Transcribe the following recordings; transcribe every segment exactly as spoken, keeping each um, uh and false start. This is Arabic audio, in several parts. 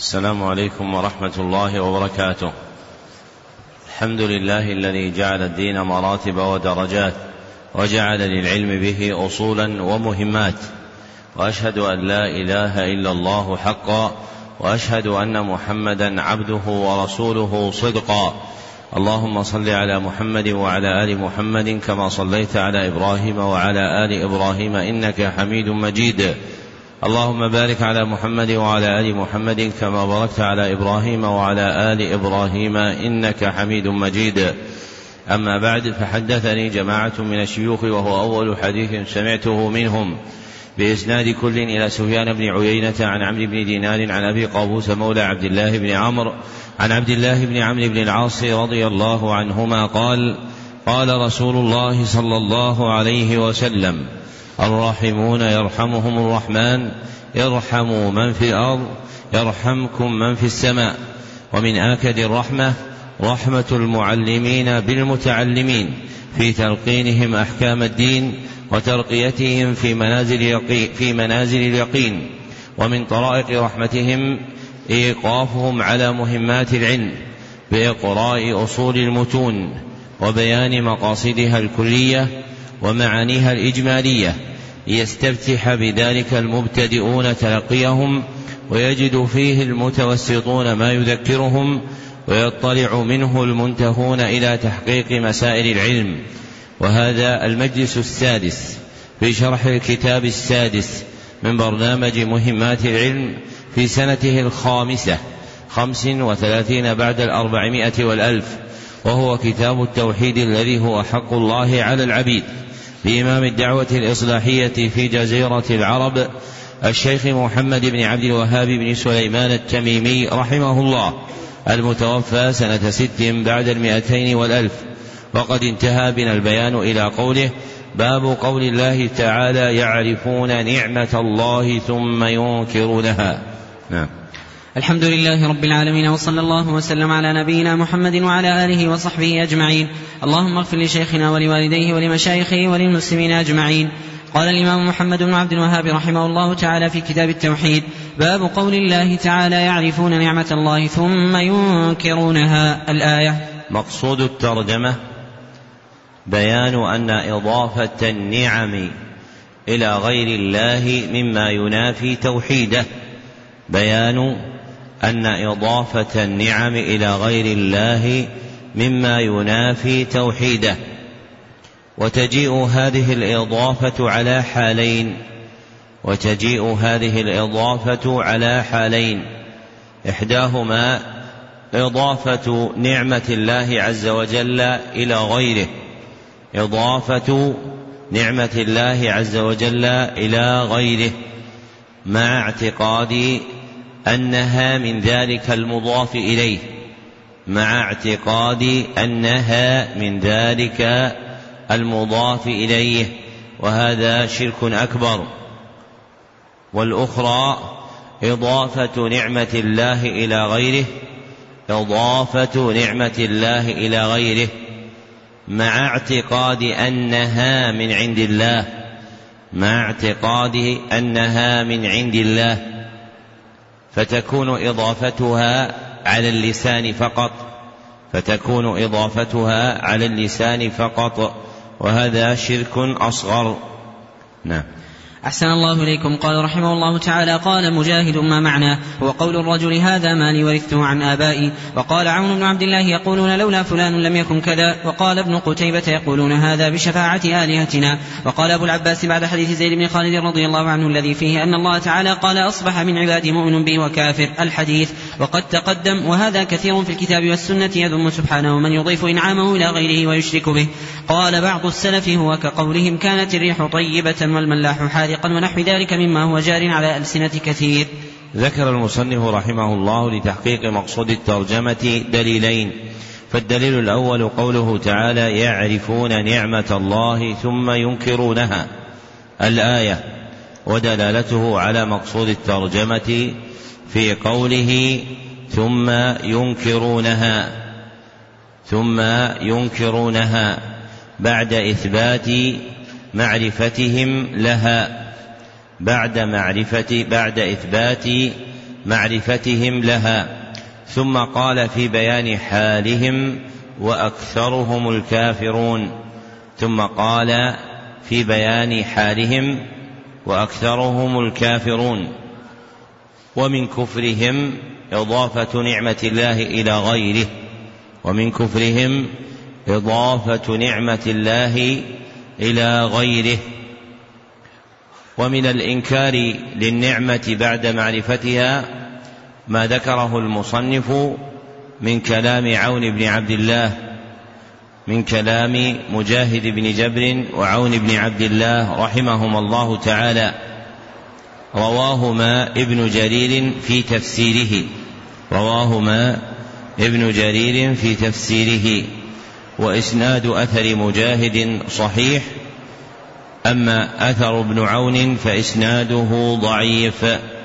السلام عليكم ورحمة الله وبركاته. الحمد لله الذي جعل الدين مراتب ودرجات، وجعل للعلم به أصولا ومهمات، وأشهد أن لا إله إلا الله حقا، وأشهد أن محمدا عبده ورسوله صدقا. اللهم صل على محمد وعلى آل محمد كما صليت على إبراهيم وعلى آل إبراهيم إنك حميد مجيد. اللهم بارك على محمد وعلى آل محمد كما باركت على إبراهيم وعلى آل إبراهيم إنك حميد مجيد. أما بعد، فحدثني جماعة من الشيوخ وهو أول حديث سمعته منهم بإسناد كل إلى سفيان بن عيينة عن عمرو بن دينار عن أبي قابوس مولى عبد الله بن عمرو عن عبد الله بن عمرو بن العاص رضي الله عنهما قال: قال رسول الله صلى الله عليه وسلم: الراحمون يرحمهم الرحمن، ارحموا من في الأرض يرحمكم من في السماء. ومن آكد الرحمة رحمة المعلمين بالمتعلمين في تلقينهم أحكام الدين وترقيتهم في منازل في منازل اليقين. ومن طرائق رحمتهم إيقافهم على مهمات العلم بإقراء أصول المتون وبيان مقاصدها الكلية ومعانيها الإجمالية، ليستفتح بذلك المبتدئون تلقيهم، ويجد فيه المتوسطون ما يذكرهم، ويطلع منه المنتهون إلى تحقيق مسائل العلم. وهذا المجلس السادس في شرح الكتاب السادس من برنامج مهمات العلم في سنته الخامسة خمس وثلاثين بعد الأربعمائة والألف، وهو كتاب التوحيد الذي هو حق الله على العبيد، لإمام الدعوة الإصلاحية في جزيرة العرب الشيخ محمد بن عبد الوهاب بن سليمان التميمي رحمه الله، المتوفى سنة ست بعد المئتين والألف. وقد انتهى بنا البيان إلى قوله: باب قول الله تعالى: يعرفون نعمة الله ثم ينكرونها. نعم. الحمد لله رب العالمين، وصلى الله وسلم على نبينا محمد وعلى آله وصحبه أجمعين. اللهم اغفر لشيخنا ولوالديه ولمشايخه وللمسلمين أجمعين. قال الإمام محمد بن عبد الوهاب رحمه الله تعالى في كتاب التوحيد: باب قول الله تعالى: يعرفون نعمة الله ثم ينكرونها. الآية. مقصود الترجمة بيان أن إضافة النعم إلى غير الله مما ينافي توحيده، بيان أن إضافة النعم إلى غير الله مما ينافي توحيده. وتجيء هذه الإضافة على حالين وتجيء هذه الإضافة على حالين إحداهما إضافة نعمة الله عز وجل إلى غيره إضافة نعمة الله عز وجل إلى غيره مع اعتقاد أنها من ذلك المضاف إليه مع اعتقاد أنها من ذلك المضاف إليه وهذا شرك أكبر. والأخرى إضافة نعمة الله إلى غيره إضافة نعمة الله إلى غيره مع اعتقاد أنها من عند الله مع اعتقاد أنها من عند الله فتكون إضافتها على اللسان فقط فتكون إضافتها على اللسان فقط وهذا شرك أصغر. نعم. أحسن الله إليكم. قال رحمه الله تعالى: قال مجاهد: ما معناه؟ هو قول الرجل: هذا مالي ورثته عن آبائي. وقال عون بن عبد الله: يقولون لولا فلان لم يكن كذا. وقال ابن قتيبة: يقولون هذا بشفاعة آلهتنا. وقال أبو العباس بعد حديث زيد بن خالد رضي الله عنه الذي فيه أن الله تعالى قال: أصبح من عبادي مؤمن به وكافر، الحديث. وقد تقدم. وهذا كثير في الكتاب والسنة، يذم سبحانه من يضيف إنعامه إلى غيره ويشرك به. قال بعض السلف: هو كقولهم: كانت الريح طيبة والملاح حارقا، ونحو ذلك مما هو جار على ألسنة كثير. ذكر المصنف رحمه الله لتحقيق مقصود الترجمة دليلين. فالدليل الأول قوله تعالى: يعرفون نعمة الله ثم ينكرونها، الآية، ودلالته على مقصود الترجمة في قوله ثم ينكرونها ثم ينكرونها بعد إثبات معرفتهم لها بعد معرفة بعد إثبات معرفتهم لها. ثم قال في بيان حالهم وأكثرهم الكافرون ثم قال في بيان حالهم وأكثرهم الكافرون ومن كفرهم إضافة نعمة الله إلى غيره ومن كفرهم إضافة نعمة الله إلى غيره. ومن الإنكار للنعمة بعد معرفتها ما ذكره المصنف من كلام عون بن عبد الله من كلام مجاهد بن جبر وعون بن عبد الله رحمهما الله تعالى، رواهما ابن جرير في تفسيره رواهما ابن جرير في تفسيره وإسناد أثر مجاهد صحيح، أما أثر ابن عون فإسناده ضعيف.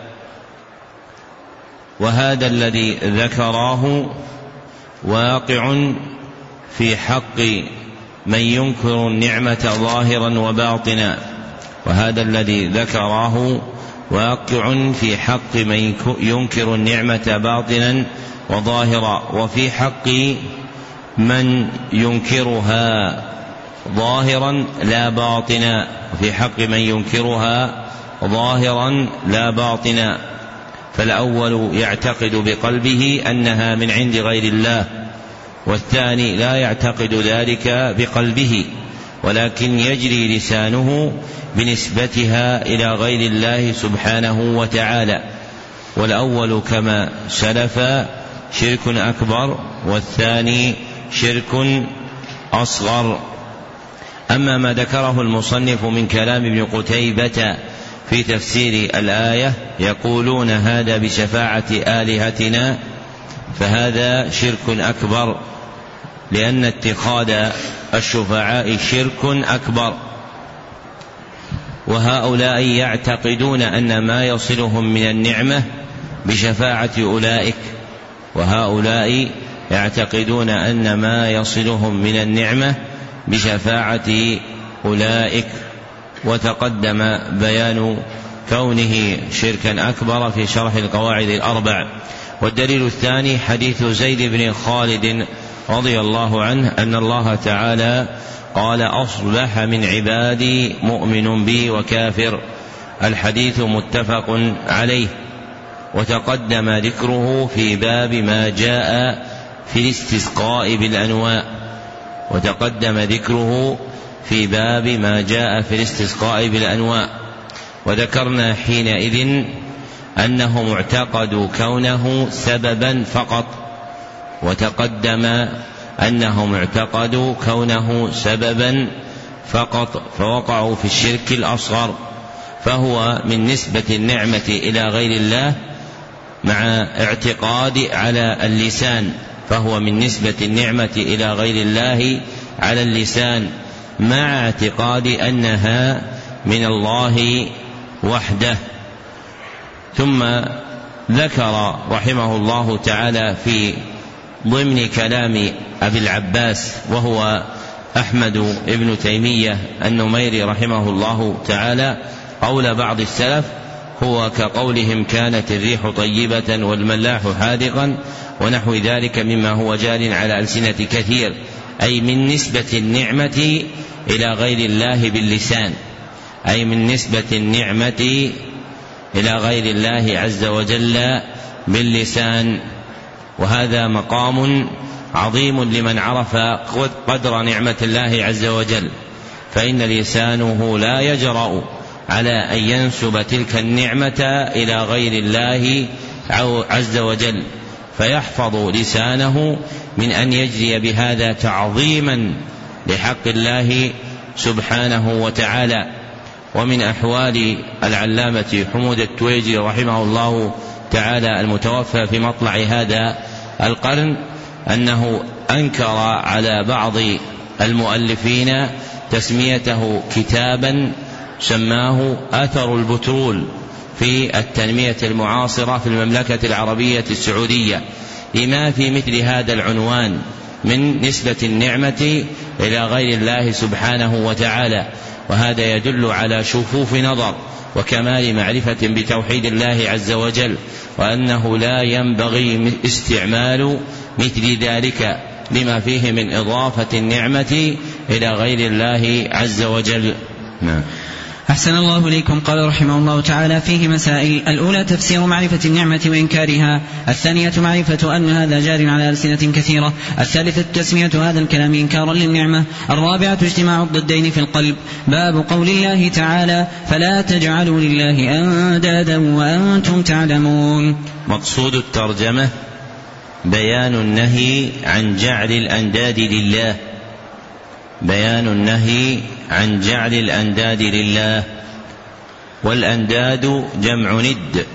وهذا الذي ذكراه واقع في حق من ينكر النعمة ظاهرا وباطنا وهذا الذي ذكراه واقع في حق من ينكر النعمة باطنا وظاهرا، وفي حق من ينكرها ظاهرا لا باطنا وفي حق من ينكرها ظاهرا لا باطنا. فالأول يعتقد بقلبه أنها من عند غير الله، والثاني لا يعتقد ذلك بقلبه ولكن يجري لسانه بنسبتها إلى غير الله سبحانه وتعالى. والأول كما سلف شرك أكبر والثاني شرك أصغر. أما ما ذكره المصنف من كلام ابن قتيبة في تفسير الآية يقولون هذا بشفاعة آلهتنا، فهذا شرك أكبر، لأن اتخاذ الشفعاء شرك أكبر. وهؤلاء يعتقدون أن ما يصلهم من النعمة بشفاعة أولئك وهؤلاء يعتقدون أن ما يصلهم من النعمة بشفاعة أولئك. وتقدم بيان كونه شركا أكبر في شرح القواعد الأربع. والدليل الثاني حديث زيد بن خالد رضي الله عنه أن الله تعالى قال أصبح من عبادي مؤمن بي وكافر، الحديث متفق عليه. وتقدم ذكره في باب ما جاء في الاستسقاء بالأنواء وتقدم ذكره في باب ما جاء في الاستسقاء بالأنواء وذكرنا حينئذ أنهم اعتقدوا كونه سببا فقط، وتقدم أنهم اعتقدوا كونه سببا فقط فوقعوا في الشرك الأصغر، فهو من نسبة النعمة إلى غير الله مع اعتقاد على اللسان فهو من نسبة النعمة إلى غير الله على اللسان مع اعتقاد أنها من الله وحده. ثم ذكر رحمه الله تعالى في ضمن كلام أبي العباس وهو أحمد ابن تيمية النميري رحمه الله تعالى قول بعض السلف هو كقولهم كانت الريح طيبة والملاح حاذقا ونحو ذلك مما هو جار على ألسنة كثير، أي من نسبة النعمة إلى غير الله باللسان أي من نسبة النعمة إلى غير الله عز وجل باللسان. وهذا مقام عظيم لمن عرف قدر نعمة الله عز وجل، فإن لسانه لا يجرأ على أن ينسب تلك النعمة إلى غير الله عز وجل، فيحفظ لسانه من أن يجري بهذا تعظيما لحق الله سبحانه وتعالى. ومن أحوال العلامة حمود التويجي رحمه الله تعالى المتوفى في مطلع هذا القرن أنه أنكر على بعض المؤلفين تسميته كتابا سماه أثر البترول في التنمية المعاصرة في المملكة العربية السعودية، لما في مثل هذا العنوان من نسبة النعمة إلى غير الله سبحانه وتعالى. وهذا يدل على شفوف نظر وكمال معرفة بتوحيد الله عز وجل، وأنه لا ينبغي استعمال مثل ذلك لما فيه من إضافة النعمة إلى غير الله عز وجل. نعم. أحسن الله إليكم. قال رحمه الله تعالى: فيه مسائل: الأولى تفسير معرفة النعمة وإنكارها، الثانية معرفة أن هذا جار على ألسنة كثيرة، الثالثة تسمية هذا الكلام إنكارا للنعمة، الرابعة اجتماع الضدين في القلب. باب قول الله تعالى: فلا تجعلوا لله أندادا وأنتم تعلمون. مقصود الترجمة بيان النهي عن جعل الأنداد لله، بيان النهي عن جعل الأنداد لله. والأنداد جمع ند،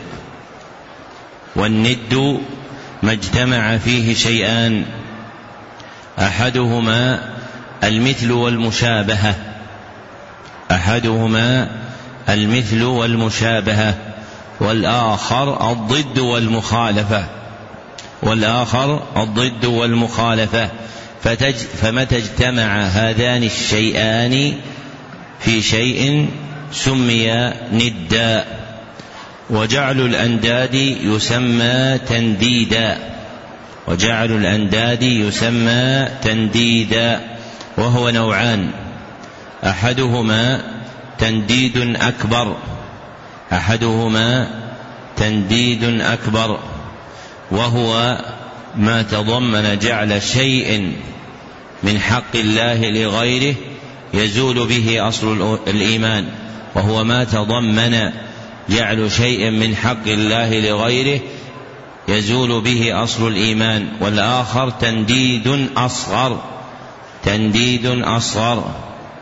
والند ما اجتمع فيه شيئان، أحدهما المثل والمشابهة، أحدهما المثل والمشابهة والآخر الضد والمخالفة، والآخر الضد والمخالفة. فتج فمتى اجتمع هذان الشيئان في شيء سمي ندا. وجعل الأنداد يسمى تنديدا، وجعل الأنداد يسمى تنديدا، وهو نوعان: أحدهما تنديد أكبر، أحدهما تنديد أكبر وهو ما تضمن جعل شيء من حق الله لغيره يزول به أصل الإيمان، وهو ما تضمن جعل شيء من حق الله لغيره يزول به أصل الإيمان. والآخر تنديد أصغر، تنديد أصغر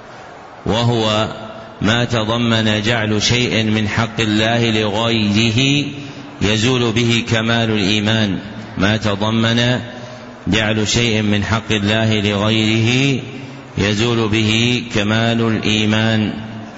وهو ما تضمن جعل شيء من حق الله لغيره يزول به كمال الإيمان، ما تضمن جعل شيء من حق الله لغيره يزول به كمال الإيمان.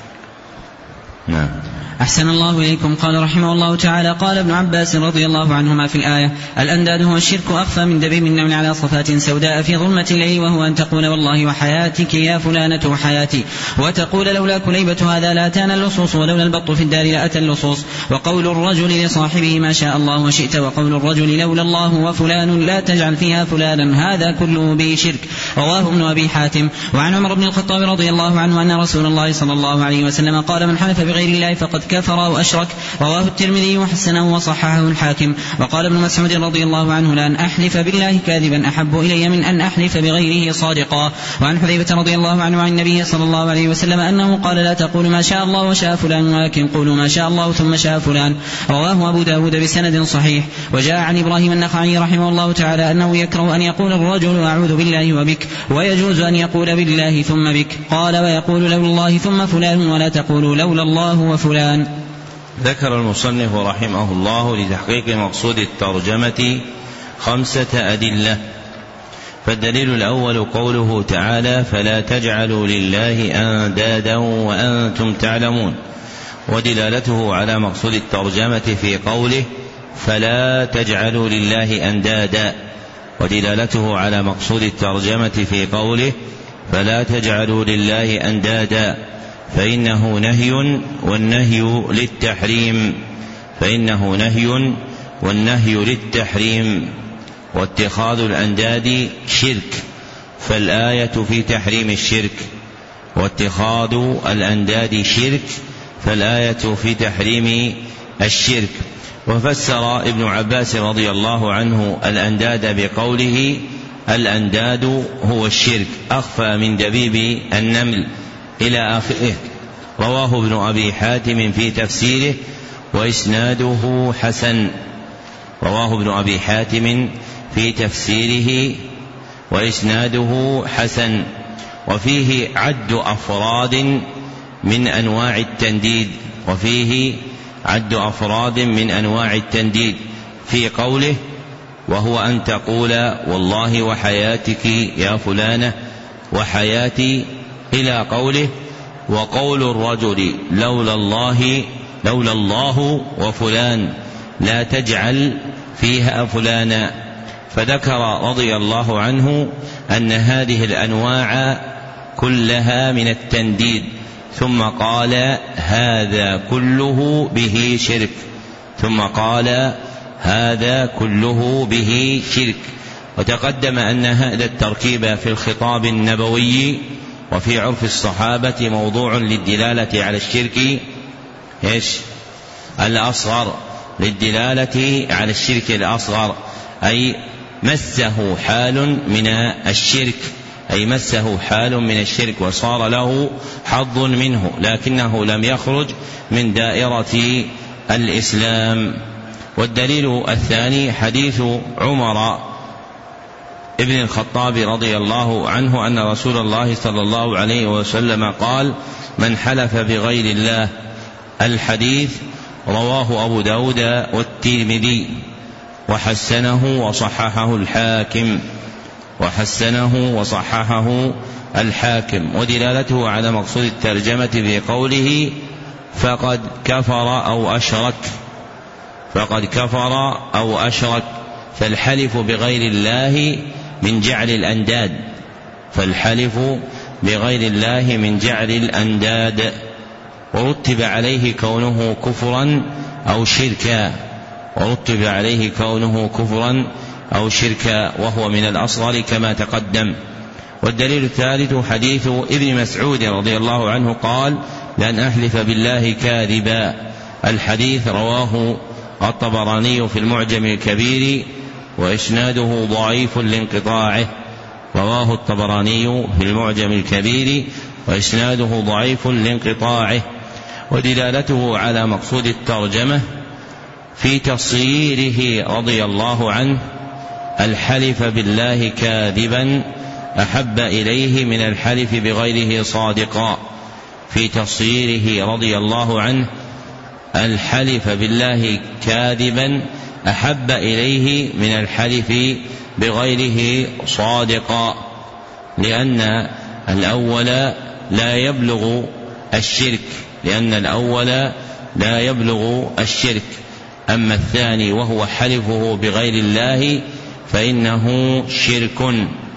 نعم. أحسن الله إليكم. قال رحمه الله تعالى: قال ابن عباس رضي الله عنهما في الآية: الأنداد هو الشرك أخفى من دبيب النمل على صفات سوداء في ظلمة الليل، وهو أن تقول والله وحياتك يا فلانة حياتي، وتقول لولا كليبة هذا لاتانا اللصوص، ولولا البط في الدار لأتى اللصوص. وقول الرجل لصاحبه ما شاء الله وشئت، وقول الرجل لولا الله وفلان لا تجعل فيها فلانا، هذا كله به شرك. رواه ابن أبي حاتم. وعن عمر بن الخطاب رضي الله عنه أن رسول الله صلى الله عليه وسلم قال: من حلف بغير الله فقد كفر وأشرك. رواه الترمذي وحسنه وصححه الحاكم. وقال ابن مسعود رضي الله عنه: لأن أحلف بالله كاذبا أحب إلي من أن أحلف بغيره صادقا. وعن حذيفة رضي الله عنه عن النبي صلى الله عليه وسلم أنه قال: لا تقولوا ما شاء الله وشاء فلان، ولكن قولوا ما شاء الله ثم شاء فلان. رواه أبو داود بسند صحيح. وجاء عن إبراهيم النخعي رحمه الله تعالى أنه يكره أن يقول الرجل أعوذ بالله وبك، ويجوز أن يقول بالله ثم بك. قال: ويقول لولا الله ثم فلان، ولا تقولوا لولا الله وفلان. ذكر المصنف رحمه الله لتحقيق مقصود الترجمة خمسة أدلة. فالدليل الأول قوله تعالى: فلا تجعلوا لله أندادا وأنتم تعلمون، ودلالته على مقصود الترجمة في قوله فلا تجعلوا لله أندادا، ودلالته على مقصود الترجمة في قوله فلا تجعلوا لله أندادا، فإنه نهي والنهي للتحريم، فإنه نهي والنهي للتحريم. واتخاذ الأنداد شرك، فالآية في تحريم الشرك، واتخاذ الأنداد شرك فالآية في تحريم الشرك. وفسر ابن عباس رضي الله عنه الأنداد بقوله: الأنداد هو الشرك أخفى من دبيب النمل إلى آخره. رواه ابن أبي حاتم في تفسيره وإسناده حسن، رواه ابن أبي حاتم في تفسيره وإسناده حسن. وفيه عد أفراد من أنواع التنديد، وفيه عد أفراد من أنواع التنديد في قوله: وهو أن تقول والله وحياتك يا فلانة وحياتي، إلى قوله: وقول الرجل لولا الله لولا الله وفلان لا تجعل فيها فلانا. فذكر رضي الله عنه أن هذه الأنواع كلها من التنديد، ثم قال هذا كله به شرك ثم قال هذا كله به شرك. وتقدم أن هذا التركيب في الخطاب النبوي وفي عرف الصحابة موضوع للدلالة على الشرك إيش الأصغر، للدلالة على الشرك الأصغر، أي مسه حال من الشرك، أي مسه حال من الشرك وصار له حظ منه لكنه لم يخرج من دائرة الإسلام. والدليل الثاني حديث عمر ابن الخطاب رضي الله عنه أن رسول الله صلى الله عليه وسلم قال من حلف بغير الله. الحديث رواه أبو داود والترمذي وحسنه وصححه الحاكم وحسنه وصححه الحاكم. ودلالته على مقصود الترجمة في قوله فقد كفر أو أشرك فقد كفر أو أشرك فالحلف بغير الله من جعل الأنداد فالحلف بغير الله من جعل الأنداد ورتب عليه كونه كفرا أو شركا ورتب عليه كونه كفرا أو شركا وهو من الأصغر كما تقدم. والدليل الثالث حديث ابن مسعود رضي الله عنه قال لأن أحلف بالله كاذبا. الحديث رواه الطبراني في المعجم الكبير وإسناده ضعيف لانقطاعه رواه الطبراني في المعجم الكبير وإسناده ضعيف لانقطاعه. ودلالته على مقصود الترجمة في تصيره رضي الله عنه الحلف بالله كاذبا أحب إليه من الحلف بغيره صادقا في تصيره رضي الله عنه الحلف بالله كاذبا أحب إليه من الحلف بغيره صادقا لأن الأول لا يبلغ الشرك لأن الأول لا يبلغ الشرك أما الثاني وهو حلفه بغير الله فإنه شرك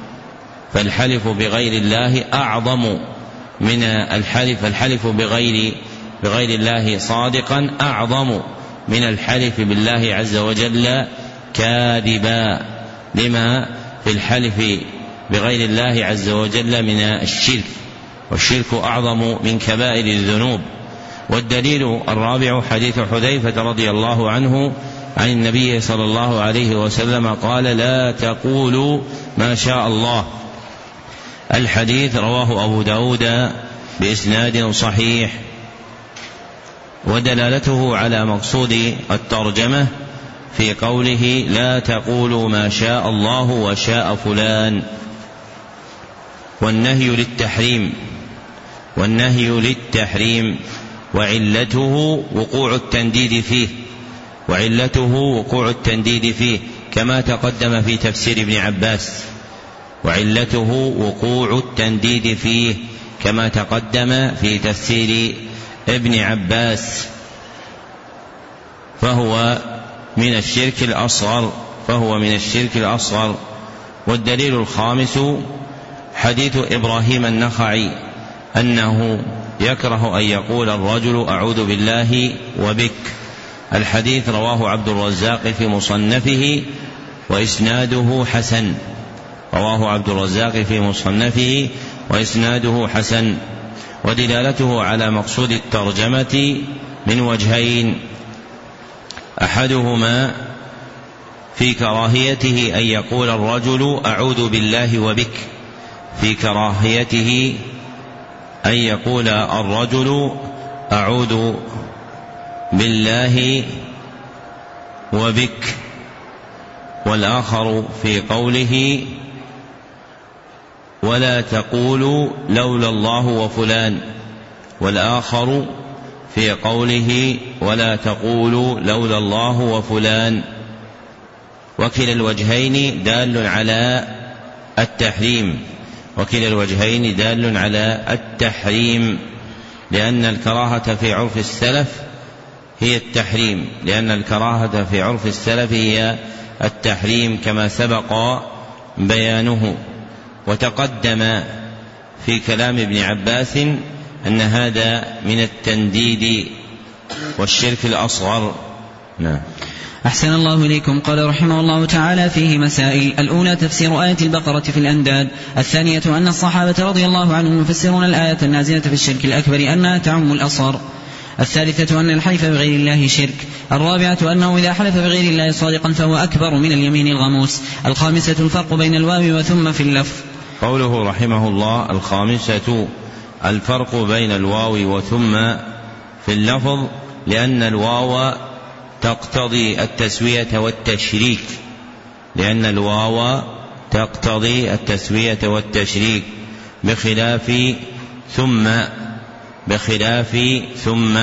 فالحلف بغير الله أعظم من الحلف الحلف بغير بغير الله صادقا أعظم من الحلف بالله عز وجل كاذبا لما في الحلف بغير الله عز وجل من الشرك والشرك أعظم من كبائر الذنوب. والدليل الرابع حديث حذيفة رضي الله عنه عن النبي صلى الله عليه وسلم قال لا تقولوا ما شاء الله. الحديث رواه أبو داود بإسناد صحيح. ودلالته على مقصود الترجمة في قوله لا تقولوا ما شاء الله وشاء فلان. والنهي للتحريم والنهي للتحريم وعلته وقوع التنديد فيه وعلته وقوع التنديد فيه كما تقدم في تفسير ابن عباس وعلته وقوع التنديد فيه كما تقدم في تفسير ابن عباس فهو من الشرك الأصغر فهو من الشرك الأصغر. والدليل الخامس حديث إبراهيم النخعي أنه يكره أن يقول الرجل أعوذ بالله وبك. الحديث رواه عبد الرزاق في مصنفه وإسناده حسن رواه عبد الرزاق في مصنفه وإسناده حسن. ودلالته على مقصود الترجمة من وجهين أحدهما في كراهيته أن يقول الرجل أعوذ بالله وبك في كراهيته أن يقول الرجل أعوذ بالله وبك. والآخر في قوله ولا تقولوا لولا الله وفلان والآخر في قوله ولا تقولوا لولا الله وفلان. وكلا الوجهين دال على التحريم وكلا الوجهين دال على التحريم لأن الكراهة في عرف السلف هي التحريم لأن الكراهة في عرف السلف هي التحريم كما سبق بيانه. وتقدم في كلام ابن عباس أن هذا من التنديد والشرك الأصغر. نعم. أحسن الله إليكم. قال رحمه الله تعالى فيه مسائل: الأولى تفسير آية البقرة في الأنداد. الثانية أن الصحابة رضي الله عنهم يفسرون الآية النازلة في الشرك الأكبر أنها تعم الأصغر. الثالثة أن الحلف بغير الله شرك. الرابعة أنه إذا حلف بغير الله صادقا فهو أكبر من اليمين الغموس. الخامسة الفرق بين الواو وثم في اللفظ. قوله رحمه الله: الخامسة الفرق بين الواو وثم في اللفظ، لأن الواو تقتضي التسوية والتشريك لأن الواو تقتضي التسوية والتشريك بخلاف ثم بخلاف ثم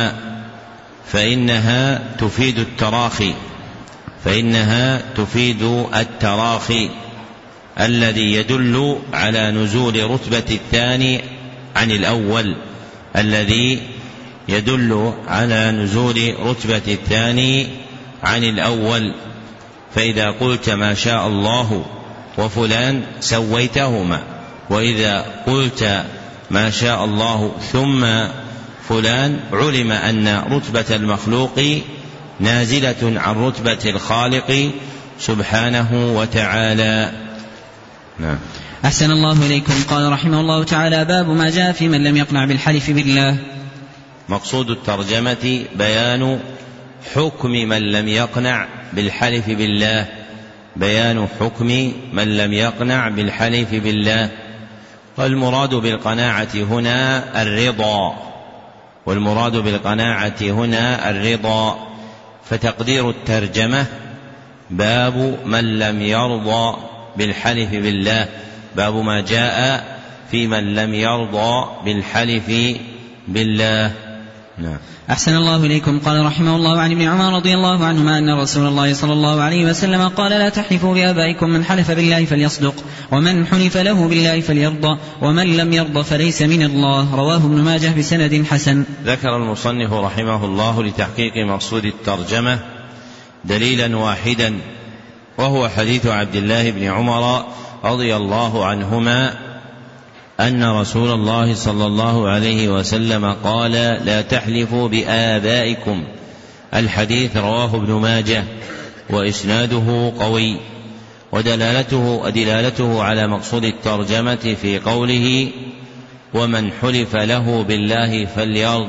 فإنها تفيد التراخي فإنها تفيد التراخي الذي يدل على نزول رتبة الثاني عن الأول الذي يدل على نزول رتبة الثاني عن الأول. فإذا قلت ما شاء الله وفلان سويتهما، وإذا قلت ما شاء الله ثم فلان علم أن رتبة المخلوق نازلة عن رتبة الخالق سبحانه وتعالى. نعم. أحسن الله إليكم. قال رحمه الله تعالى: باب ما جاء في من لم يقنع بالحلف بالله. مقصود الترجمة بيان حكم من لم يقنع بالحلف بالله بيان حكم من لم يقنع بالحلف بالله. والمراد بالقناعة هنا الرضا والمراد بالقناعة هنا الرضا فتقدير الترجمة: باب من لم يرضى بالحلف بالله، باب ما جاء في من لم يرضى بالحلف بالله. نعم. أحسن الله إليكم. قال رحمه الله: عن ابن عمر رضي الله عنهما أن رسول الله صلى الله عليه وسلم قال: لا تحلفوا بآبائكم، من حلف بالله فليصدق، ومن حلف له بالله فليرضى، ومن لم يرضى فليس من الله. رواه ابن ماجه بسند حسن. ذكر المصنف رحمه الله لتحقيق مقصود الترجمة دليلا واحدا، وهو حديث عبد الله بن عمر رضي الله عنهما أن رسول الله صلى الله عليه وسلم قال: لا تحلفوا بآبائكم. الحديث رواه ابن ماجه وإسناده قوي، ودلالته دلالته على مقصود الترجمة في قوله: ومن حلف له بالله فليرض،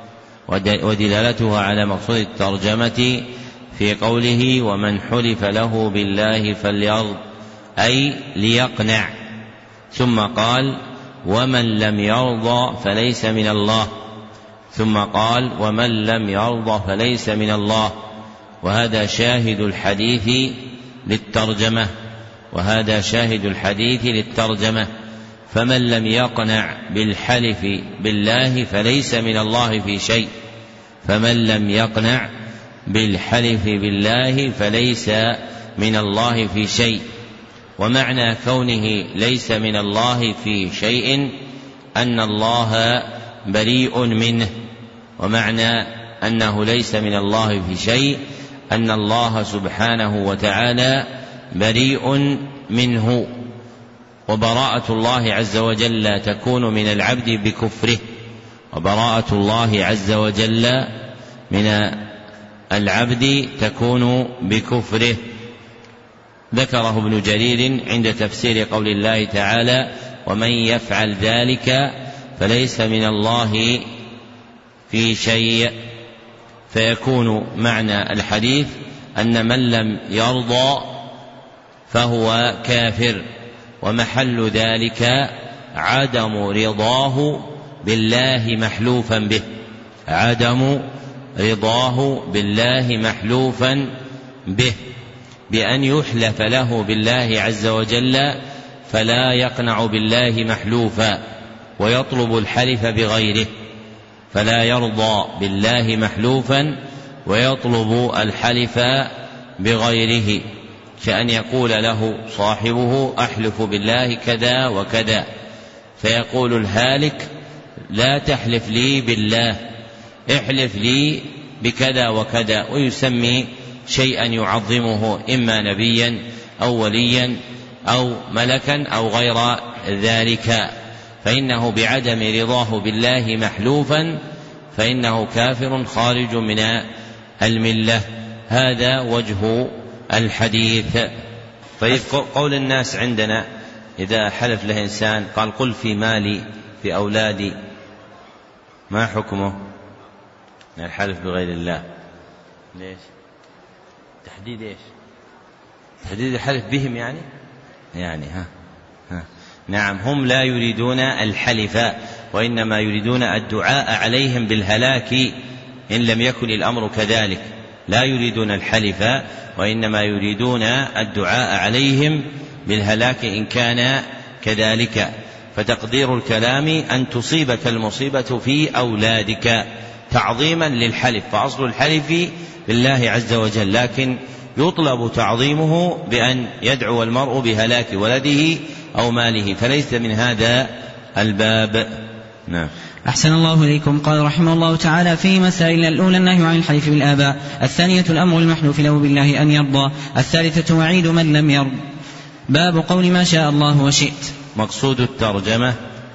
ودلالته على مقصود الترجمة في قوله: ومن حلف له بالله فليرض، أي ليقنع. ثم قال: ومن لم يرضى فليس من الله، ثم قال: ومن لم يرضى فليس من الله. وهذا شاهد الحديث للترجمة وهذا شاهد الحديث للترجمة فمن لم يقنع بالحلف بالله فليس من الله في شيء فمن لم يقنع بالحلف بالله فليس من الله في شيء. ومعنى كونه ليس من الله في شيء أن الله بريء منه، ومعنى أنه ليس من الله في شيء أن الله سبحانه وتعالى بريء منه. وبراءة الله عز وجل تكون من العبد بكفره وبراءة الله عز وجل من العبد تكون بكفره. ذكره ابن جرير عند تفسير قول الله تعالى: ومن يفعل ذلك فليس من الله في شيء. فيكون معنى الحديث أن من لم يرضى فهو كافر، ومحل ذلك عدم رضاه بالله محلوفا به عدم رضاه بالله محلوفا به بأن يحلف له بالله عز وجل فلا يقنع بالله محلوفا ويطلب الحلف بغيره، فلا يرضى بالله محلوفا ويطلب الحلف بغيره، كأن يقول له صاحبه: أحلف بالله كذا وكذا، فيقول الهالك: لا تحلف لي بالله، احلف لي بكذا وكذا، ويسمي شيئا يعظمه إما نبيا أو وليا أو ملكا أو غير ذلك. فإنه بعدم رضاه بالله محلوفا فإنه كافر خارج من الملة. هذا وجه الحديث. طيب قول الناس عندنا إذا حلف له إنسان قال قل في مالي في أولادي، ما حكمه من الحلف بغير الله؟ ليش تحديد إيش؟ تحديد الحلف بهم يعني يعني ها ها نعم، هم لا يريدون الحلف وإنما يريدون الدعاء عليهم بالهلاك إن لم يكن الأمر كذلك. لا يريدون الحلف وإنما يريدون الدعاء عليهم بالهلاك إن كان كذلك. فتقدير الكلام أن تصيبك المصيبة في أولادك تعظيما للحلف، فأصل الحلف بالله عز وجل، لكن يطلب تعظيمه بأن يدعو المرء بهلاك ولده أو ماله، فليس من هذا الباب. نعم. أحسن الله إليكم. قال رحمه الله تعالى في مسائل: الأولى النهي عن الحلف بالآباء، الثانية الأمر المحلوف له بالله أن يرضى، الثالثة وعيد من لم يرض. باب قول ما شاء الله وشئت. مقصود الترجمة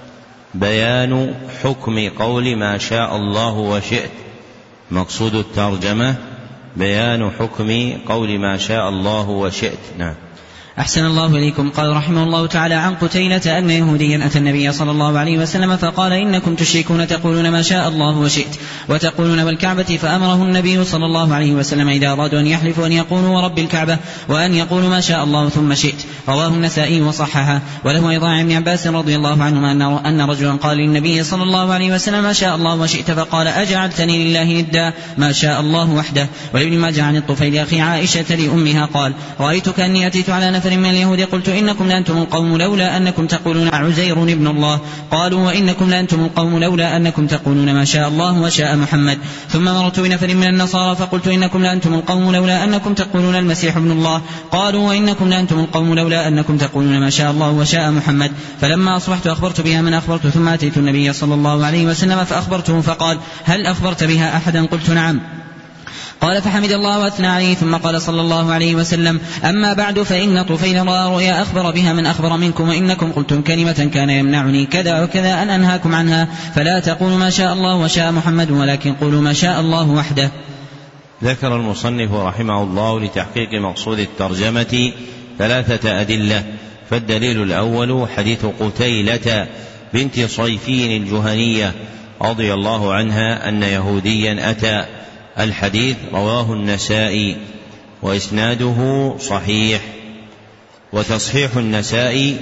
بيان حكم قول ما شاء الله وشئت. مقصود الترجمة بيان حكم قول ما شاء الله وشئت. نعم. أحسن الله إليكم. قال رحمه الله تعالى عن قتيلة أن يهوديا أتى النبي صلى الله عليه وسلم فقال: إنكم تشركون تقولون ما شاء الله وشئت وتقولون بالكعبة، فأمره النبي صلى الله عليه وسلم إذا أرادوا أن يحلفوا أن يقولوا ورب الكعبة وأن يقولوا ما شاء الله ثم شئت. رواه النسائي وصححه. وله أيضا عن ابن عباس رضي الله عنهما أن رجلا قال للنبي صلى الله عليه وسلم: ما شاء الله وشئت، فقال: أجعلتني لله ندا ما شاء الله وحده. ولابن ماجه عن الطفيل أخي عائشة لأمها قال: رأيتك أني أتيت على نفر من اليهود قلت: إنكم لأنتم القوم لولا أنكم تقولون عزير ابن الله. قالوا: وإنكم لأنتم القوم لولا أنكم تقولون ما شاء الله وشاء محمد. ثم مررت بنفر من النصارى فقلت: إنكم لأنتم القوم لولا أنكم تقولون المسيح ابن الله. قالوا: وإنكم لأنتم القوم لولا أنكم تقولون ما شاء الله وشاء محمد. فلما أصبحت أخبرت بها من أخبرت، ثم أتيت النبي صلى الله عليه وسلم فأخبرته فقال: هل أخبرت بها أحدا؟ قلت: نعم. قال: فحمد الله وأثنى عليه، ثم قال صلى الله عليه وسلم: أما بعد، فإن طفيل رأى رؤيا أخبر بها من أخبر منكم، وإنكم قلتم كلمة كان يمنعني كذا وكذا أن أنهاكم عنها، فلا تقولوا ما شاء الله وشاء محمد ولكن قولوا ما شاء الله وحده. ذكر المصنف رحمه الله لتحقيق مقصود الترجمة ثلاثة أدلة. فالدليل الأول حديث قتيلة بنت صيفي الجهنية رضي الله عنها أن يهوديا أتى. الحديث رواه النسائي وإسناده صحيح. وتصحيح النسائي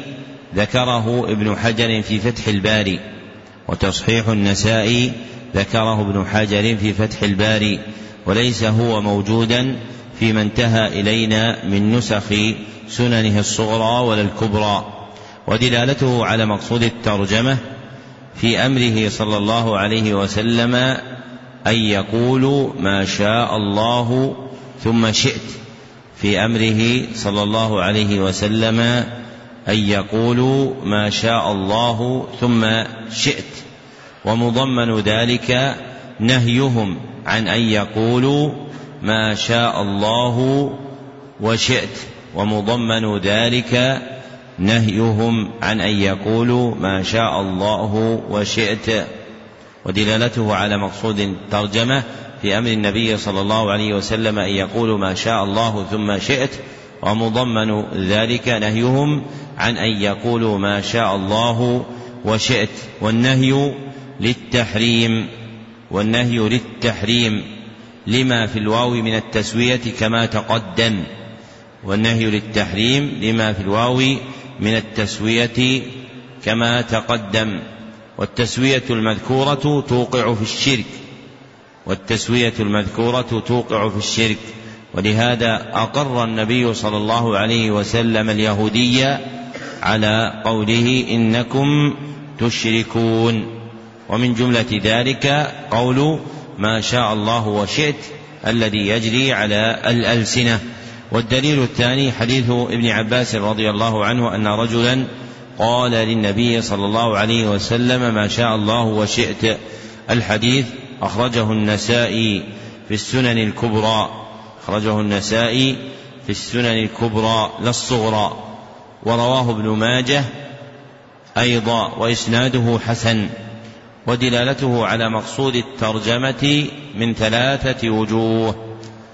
ذكره ابن حجر في فتح الباري وتصحيح النسائي ذكره ابن حجر في فتح الباري وليس هو موجودا فيما انتهى إلينا من نسخ سننه الصغرى ولا الكبرى. ودلالته على مقصود الترجمة في أمره صلى الله عليه وسلم أن يقولوا ما شاء الله ثم شئت، في أمره صلى الله عليه وسلم أن يقولوا ما شاء الله ثم شئت، ومضمن ذلك نهيهم عن أن يقولوا ما شاء الله وشئت، ومضمن ذلك نهيهم عن أن يقولوا ما شاء الله وشئت. ودلالته على مقصود الترجمة في أمر النبي صلى الله عليه وسلم أن يقولوا ما شاء الله ثم شئت، ومضمن ذلك نهيهم عن أن يقولوا ما شاء الله وشئت. والنهي للتحريم والنهي للتحريم لما في الواو من التسوية كما تقدم والنهي للتحريم لما في الواو من التسوية كما تقدم. والتسوية المذكورة توقع في الشرك والتسوية المذكورة توقع في الشرك ولهذا أقر النبي صلى الله عليه وسلم اليهودي على قوله إنكم تشركون. ومن جملة ذلك قول ما شاء الله وشئت الذي يجري على الألسنة. والدليل الثاني حديث ابن عباس رضي الله عنه أن رجلا قال للنبي صلى الله عليه وسلم ما شاء الله وشئت. الحديث أخرجه النسائي في السنن الكبرى أخرجه النسائي في السنن الكبرى لا الصغرى، ورواه ابن ماجه أيضا وإسناده حسن. ودلالته على مقصود الترجمة من ثلاثة وجوه.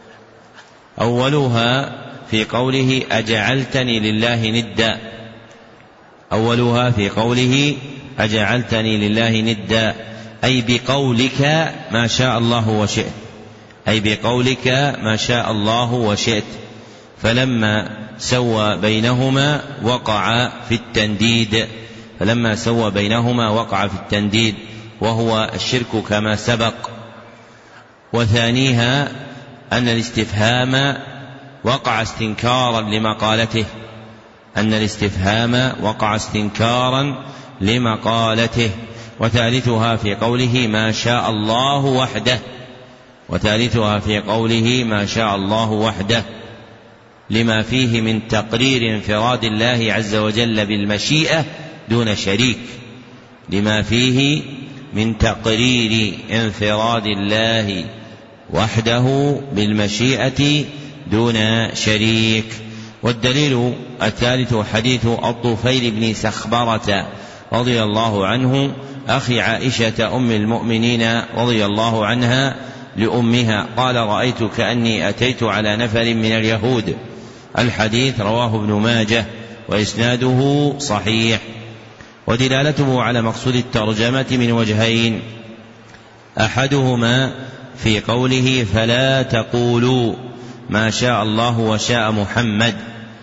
أولها في قوله أجعلتني لله ندا أولها في قوله أجعلتني لله ندا أي بقولك ما شاء الله وشئت أي بقولك ما شاء الله وشئت. فلما سوى بينهما وقع في التنديد فلما سوى بينهما وقع في التنديد وهو الشرك كما سبق. وثانيها أن الاستفهام وقع استنكارا لمقالته أن الاستفهام وقع استنكارا لمقالته. وثالثها في قوله ما شاء الله وحده وثالثها في قوله ما شاء الله وحده لما فيه من تقرير انفراد الله عز وجل بالمشيئة دون شريك لما فيه من تقرير انفراد الله وحده بالمشيئة دون شريك. والدليل الثالث حديث الطفيل بن سخبرة رضي الله عنه أخي عائشة أم المؤمنين رضي الله عنها لأمها قال رأيت كأني أتيت على نفر من اليهود. الحديث رواه ابن ماجه وإسناده صحيح. ودلالته على مقصود الترجمة من وجهين. أحدهما في قوله فلا تقولوا ما شاء الله وشاء محمد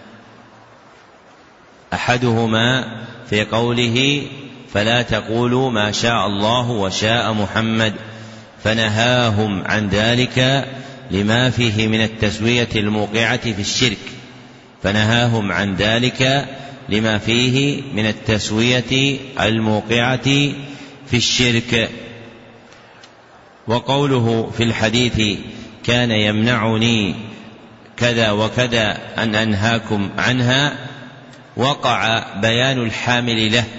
أحدهما في قوله فلا تقولوا ما شاء الله وشاء محمد فنهاهم عن ذلك لما فيه من التسوية الموقعة في الشرك فنهاهم عن ذلك لما فيه من التسوية الموقعة في الشرك. وقوله في الحديث كان يمنعني كذا وكذا أن أنهاكم عنها وقع بيان الحامل له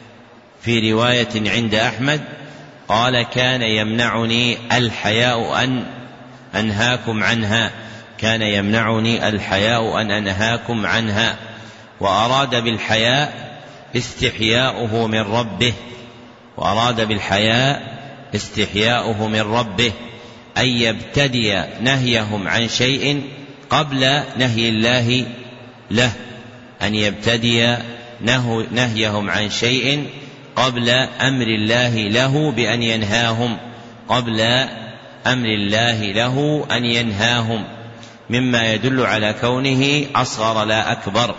في رواية عند أحمد قال كان يمنعني الحياء أن أنهاكم عنها كان يمنعني الحياء أن أنهاكم عنها. وأراد بالحياء استحياؤه من ربه وأراد بالحياء استحياؤه من ربه أن يبتدي نهيهم عن شيء قبل نهي الله له أن يبتدي نهيهم عن شيء قبل أمر الله له بأن ينهاهم قبل أمر الله له أن ينهاهم مما يدل على كونه أصغر لا أكبر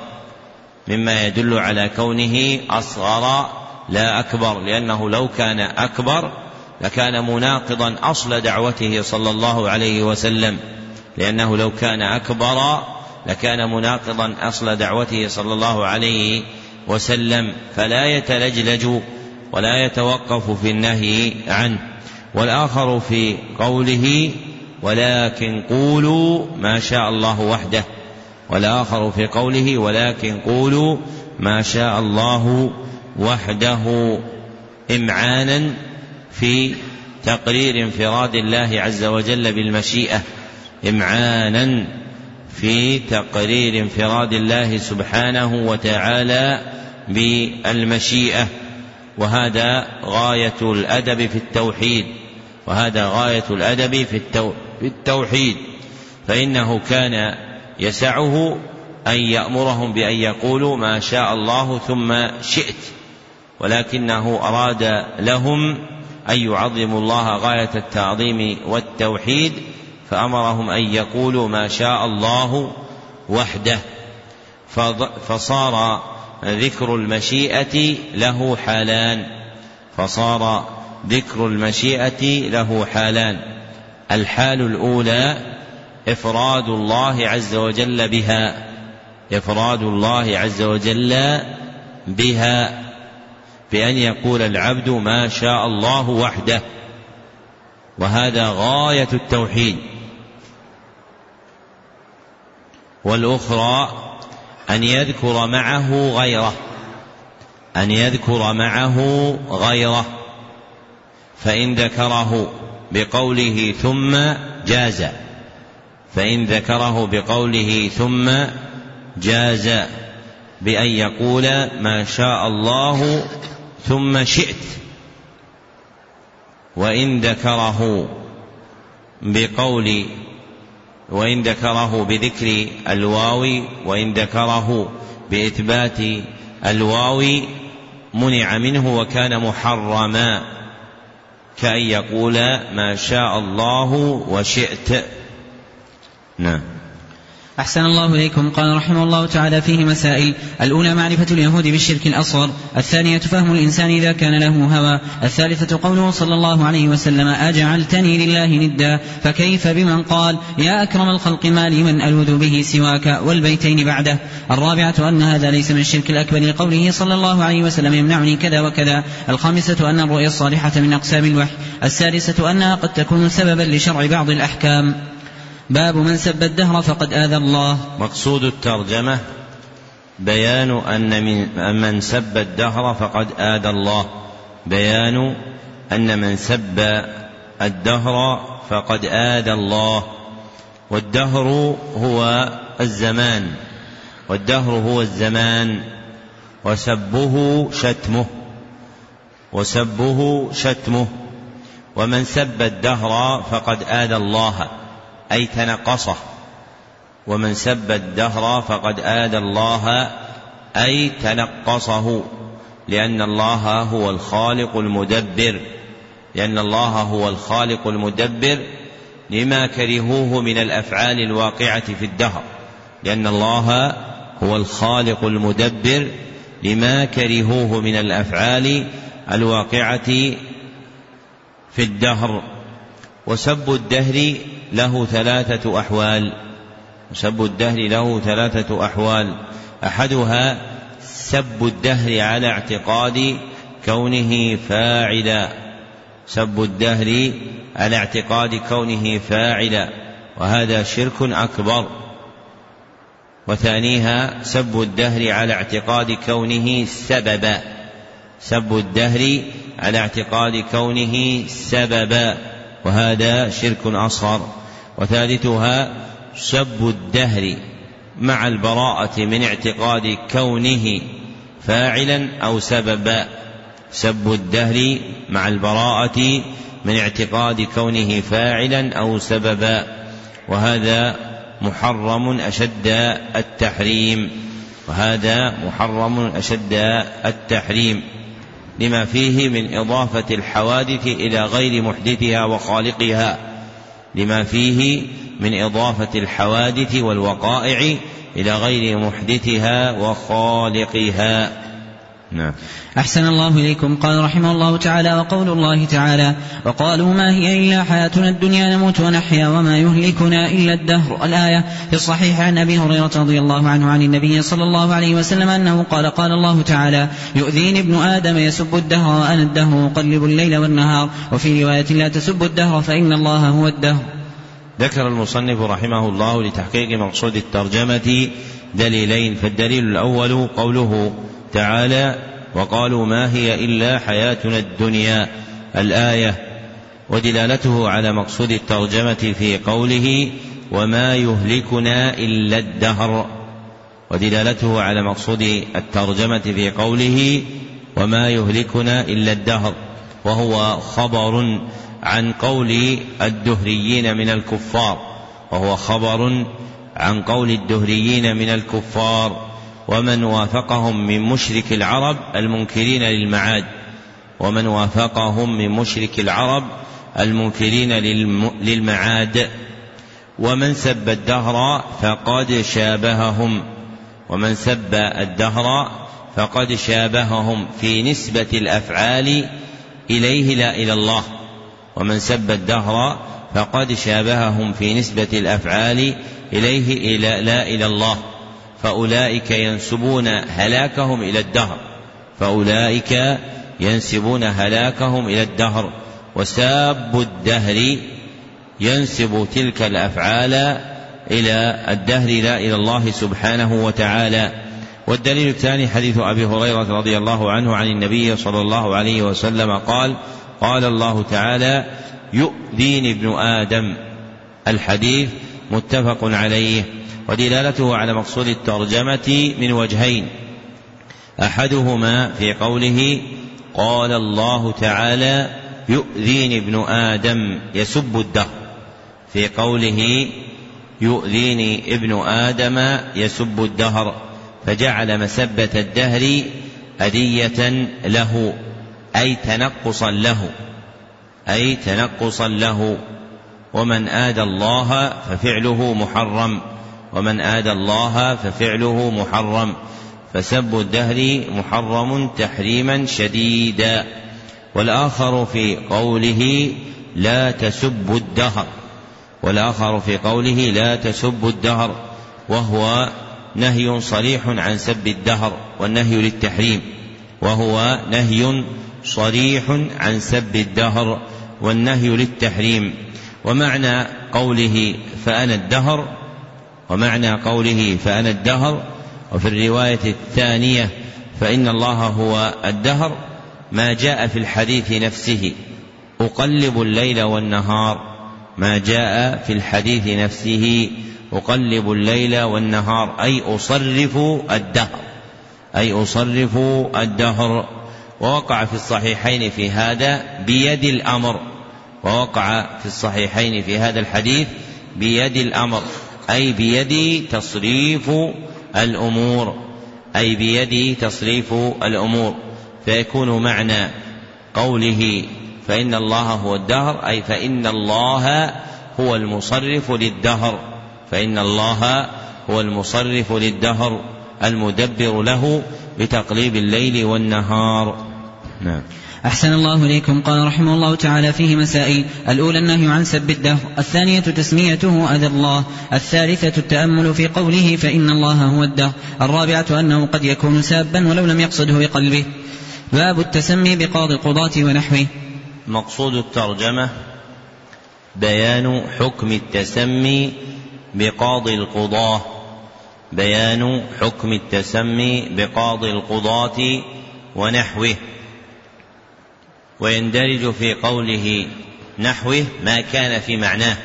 مما يدل على كونه أصغر لا أكبر لأنه لو كان أكبر لكان مناقضا أصل دعوته صلى الله عليه وسلم لأنه لو كان أكبر لكان مناقضا أصل دعوته صلى الله عليه وسلم فلا يتلجلج ولا يتوقف في النهي عنه. والآخر في قوله ولكن قولوا ما شاء الله وحده والآخر في قوله ولكن قولوا ما شاء الله وحده إمعانا في تقرير انفراد الله عز وجل بالمشيئة إمعانا في تقرير انفراد الله سبحانه وتعالى بالمشيئة. وهذا غاية الأدب في التوحيد وهذا غاية الأدب في التوحيد فإنه كان يسعه أن يأمرهم بأن يقولوا ما شاء الله ثم شئت ولكنه أراد لهم أن يعظموا الله غاية التعظيم والتوحيد فأمرهم أن يقولوا ما شاء الله وحده فصار ذكر المشيئة له حالان فصار ذكر المشيئة له حالان. الحال الأولى إفراد الله عز وجل بها إفراد الله عز وجل بها بأن يقول العبد ما شاء الله وحده وهذا غاية التوحيد. والأخرى أن يذكر معه غيره أن يذكر معه غيره فإن ذكره بقوله ثم جاز فإن ذكره بقوله ثم جاز بأن يقول ما شاء الله ثم شئت، وإن ذكره بقول وإن ذكره بذكر الواو وإن ذكره بإثبات الواو منع منه وكان محرما، كأن يقول ما شاء الله وشئت. نعم. أحسن الله إليكم. قال رحمه الله تعالى فيه مسائل: الأولى معرفة اليهود بالشرك الأصغر، الثانية فهم الإنسان إذا كان له هوى، الثالثة قوله صلى الله عليه وسلم: أجعلتني لله ندا، فكيف بمن قال يا أكرم الخلق ما لي من ألوذ به سواك، والبيتين بعده. الرابعة أن هذا ليس من الشرك الأكبر لقوله صلى الله عليه وسلم: يمنعني كذا وكذا. الخامسة أن الرؤيا الصالحة من أقسام الوحي. السادسة أنها قد تكون سببا لشرع بعض الأحكام. باب من سب الدهر فقد آذى الله. مقصود الترجمة بيان أن من, من سب الدهر فقد آذى الله، بيان أن من سب الدهر فقد آذى الله. والدهر هو الزمان والدهر هو الزمان وسبه شتمه وسبه شتمه ومن سب الدهر فقد آذى الله أي تنقصه، ومن سب الدهر فقد آذى الله أي تنقصه، لأن الله هو الخالق المدبر لأن الله هو الخالق المدبر لما كرهوه من الأفعال الواقعة في الدهر لأن الله هو الخالق المدبر لما كرهوه من الأفعال الواقعة في الدهر. وسب الدهر له ثلاثة أحوال سب الدهر له ثلاثة أحوال أحدها سب الدهر على اعتقاد كونه فاعلا سب الدهر على اعتقاد كونه فاعلا وهذا شرك أكبر. وثانيها سب الدهر على اعتقاد كونه سببا سب الدهر على اعتقاد كونه سببا وهذا شرك أصغر. وثالثها سب الدهر مع البراءة من اعتقاد كونه فاعلا أو سببا سب الدهر مع البراءة من اعتقاد كونه فاعلا أو سببا وهذا محرم أشد التحريم وهذا محرم أشد التحريم لما فيه من إضافة الحوادث إلى غير محدثها وخالقها لما فيه من إضافة الحوادث والوقائع إلى غير محدثها وخالقها. نعم. أحسن الله إليكم. قال رحمه الله تعالى: وقول الله تعالى: وقالوا ما هي إلا حياتنا الدنيا نموت ونحيا وما يهلكنا إلا الدهر. الآية. في الصحيح عن أبي هريرة رضي الله عنه عن النبي صلى الله عليه وسلم أنه قال: قال الله تعالى: يؤذيني ابن آدم يسب الدهر وأنا الدهر أقلب الليل والنهار. وفي رواية: لا تسب الدهر فإن الله هو الدهر. ذكر المصنف رحمه الله لتحقيق مقصود الترجمة دليلين. فالدليل الأول قوله تعالى: وقالوا ما هي إلا حياتنا الدنيا الآية، ودلالته على مقصود الترجمة في قوله وما يهلكنا إلا الدهر ودلالته على مقصود الترجمة في قوله وما يهلكنا إلا الدهر وهو خبر عن قول الدهريين من الكفار وهو خبر عن قول الدهريين من الكفار ومن وافقهم من مشرك العرب المنكرين للمعاد ومن وافقهم من مشرك العرب المنكرين للمعاد. ومن سب الدهر فقد شابههم ومن سب الدهر فقد شابههم في نسبة الأفعال إليه لا إلى الله ومن سب الدهر فقد شابههم في نسبة الأفعال إليه إلى لا إلى الله فأولئك ينسبون هلاكهم إلى الدهر فأولئك ينسبون هلاكهم إلى الدهر وساب الدهر ينسب تلك الأفعال إلى الدهر لا إلى الله سبحانه وتعالى. والدليل الثاني حديث أبي هريرة رضي الله عنه عن النبي صلى الله عليه وسلم قال: قال الله تعالى: يؤذيني ابن آدم. الحديث متفق عليه. ودلالته على مقصود الترجمة من وجهين: أحدهما في قوله قال الله تعالى يؤذيني ابن آدم يسب الدهر، في قوله يؤذيني ابن آدم يسب الدهر، فجعل مسبة الدهر أذية له أي تنقصا له أي تنقصا له ومن آذى الله ففعله محرم ومن آذى الله ففعله محرم فسب الدهر محرم تحريما شديدا. والآخر في قوله لا تسب الدهر والآخر في قوله لا تسب الدهر وهو نهي صريح عن سب الدهر، والنهي للتحريم وهو نهي صريح عن سب الدهر والنهي للتحريم. ومعنى قوله فأنا الدهر ومعنى قوله فأنا الدهر وفي الرواية الثانية فإن الله هو الدهر ما جاء في الحديث نفسه أقلب الليل والنهار، ما جاء في الحديث نفسه أقلب الليل والنهار أي أصرف الدهر أي أصرف الدهر. ووقع في الصحيحين في هذا بيد الأمر ووقع في الصحيحين في هذا الحديث بيد الأمر أي بيد تصريف الأمور أي بيد تصريف الأمور فيكون معنى قوله فإن الله هو الدهر أي فإن الله هو المصرف للدهر فإن الله هو المصرف للدهر المدبر له بتقليب الليل والنهار. نعم. أحسن الله إليكم. قال رحمه الله تعالى فيه مسائل: الأولى النهي عن سب الدهر، الثانية تسميته أذى الله، الثالثة التأمل في قوله فإن الله هو الدهر، الرابعة أنه قد يكون سابا ولو لم يقصده بقلبه. باب التسمي بقاضي القضاة ونحوه. مقصود الترجمة بيان حكم التسمي بقاضي القضاة بيان حكم التسمي بقاضي القضاة ونحوه. ويندرج في قوله نحوه ما كان في معناه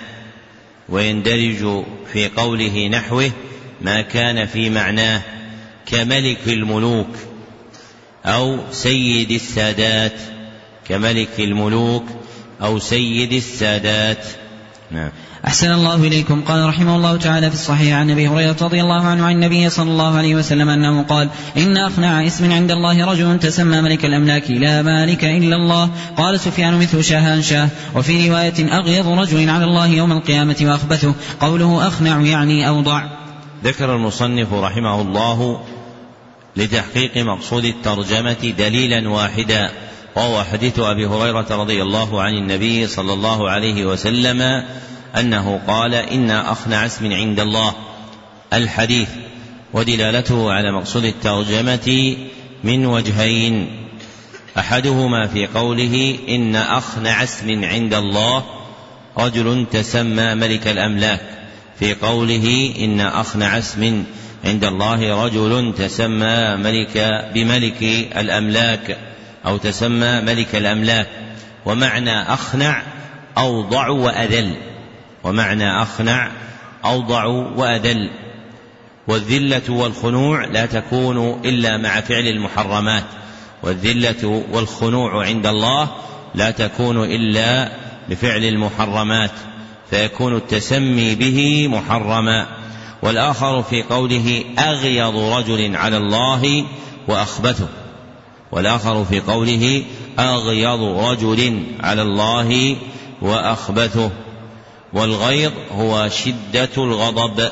ويندرج في قوله نحوه ما كان في معناه كملك الملوك أو سيد السادات كملك الملوك أو سيد السادات. نعم. أحسن الله إليكم. قال رحمه الله تعالى في الصحيح عن أبي هريرة رضي الله عنه عن النبي صلى الله عليه وسلم أنه قال: إن أخنع اسم عند الله رجل تسمى ملك الأملاك لا مالك إلا الله. قال سفيان مثل شاهان شاه. وفي رواية: أغيظ رجل على الله يوم القيامة وأخبثه. قوله أخنع يعني أوضع. ذكر المصنف رحمه الله لتحقيق مقصود الترجمة دليلا واحدا، وهو حديث أبي هريرة رضي الله عن النبي صلى الله عليه وسلم أنه قال: إن أخنع اسم عند الله. الحديث ودلالته على مقصود الترجمة من وجهين: أحدهما في قوله إن أخنع اسم عند الله رجل تسمى ملك الأملاك، في قوله إن أخنع اسم عند الله رجل تسمى ملك بملك الأملاك أو تسمى ملك الأملاك. ومعنى أخنع أوضع وأذل ومعنى أخنع أوضع وأذل. والذلة والخنوع لا تكون إلا مع فعل المحرمات والذلة والخنوع عند الله لا تكون إلا بفعل المحرمات، فيكون التسمي به محرما. والآخر في قوله أغيظ رجل على الله وأخبثه والآخر في قوله أغيظ رجل على الله وأخبثه. والغيظ هو شدة الغضب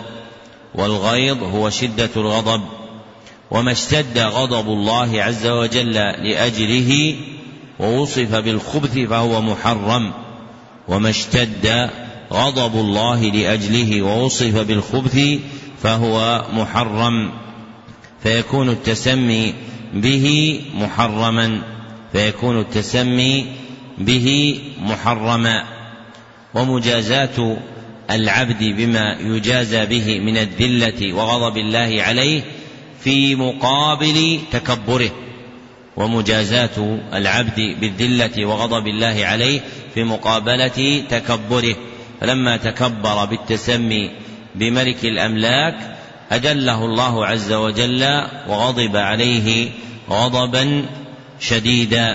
والغيظ هو شدة الغضب وما اشتد غضب الله عز وجل لأجله ووصف بالخبث فهو محرم وما اشتد غضب الله لأجله ووصف بالخبث فهو محرم، فيكون التسمي به محرما فيكون التسمي به محرما. ومجازاة العبد بما يجازى به من الذلة وغضب الله عليه في مقابل تكبره ومجازاة العبد بالذلة وغضب الله عليه في مقابلة تكبره. فلما تكبر بالتسمي بملك الأملاك أدله الله عز وجل وغضب عليه غضبا شديدا.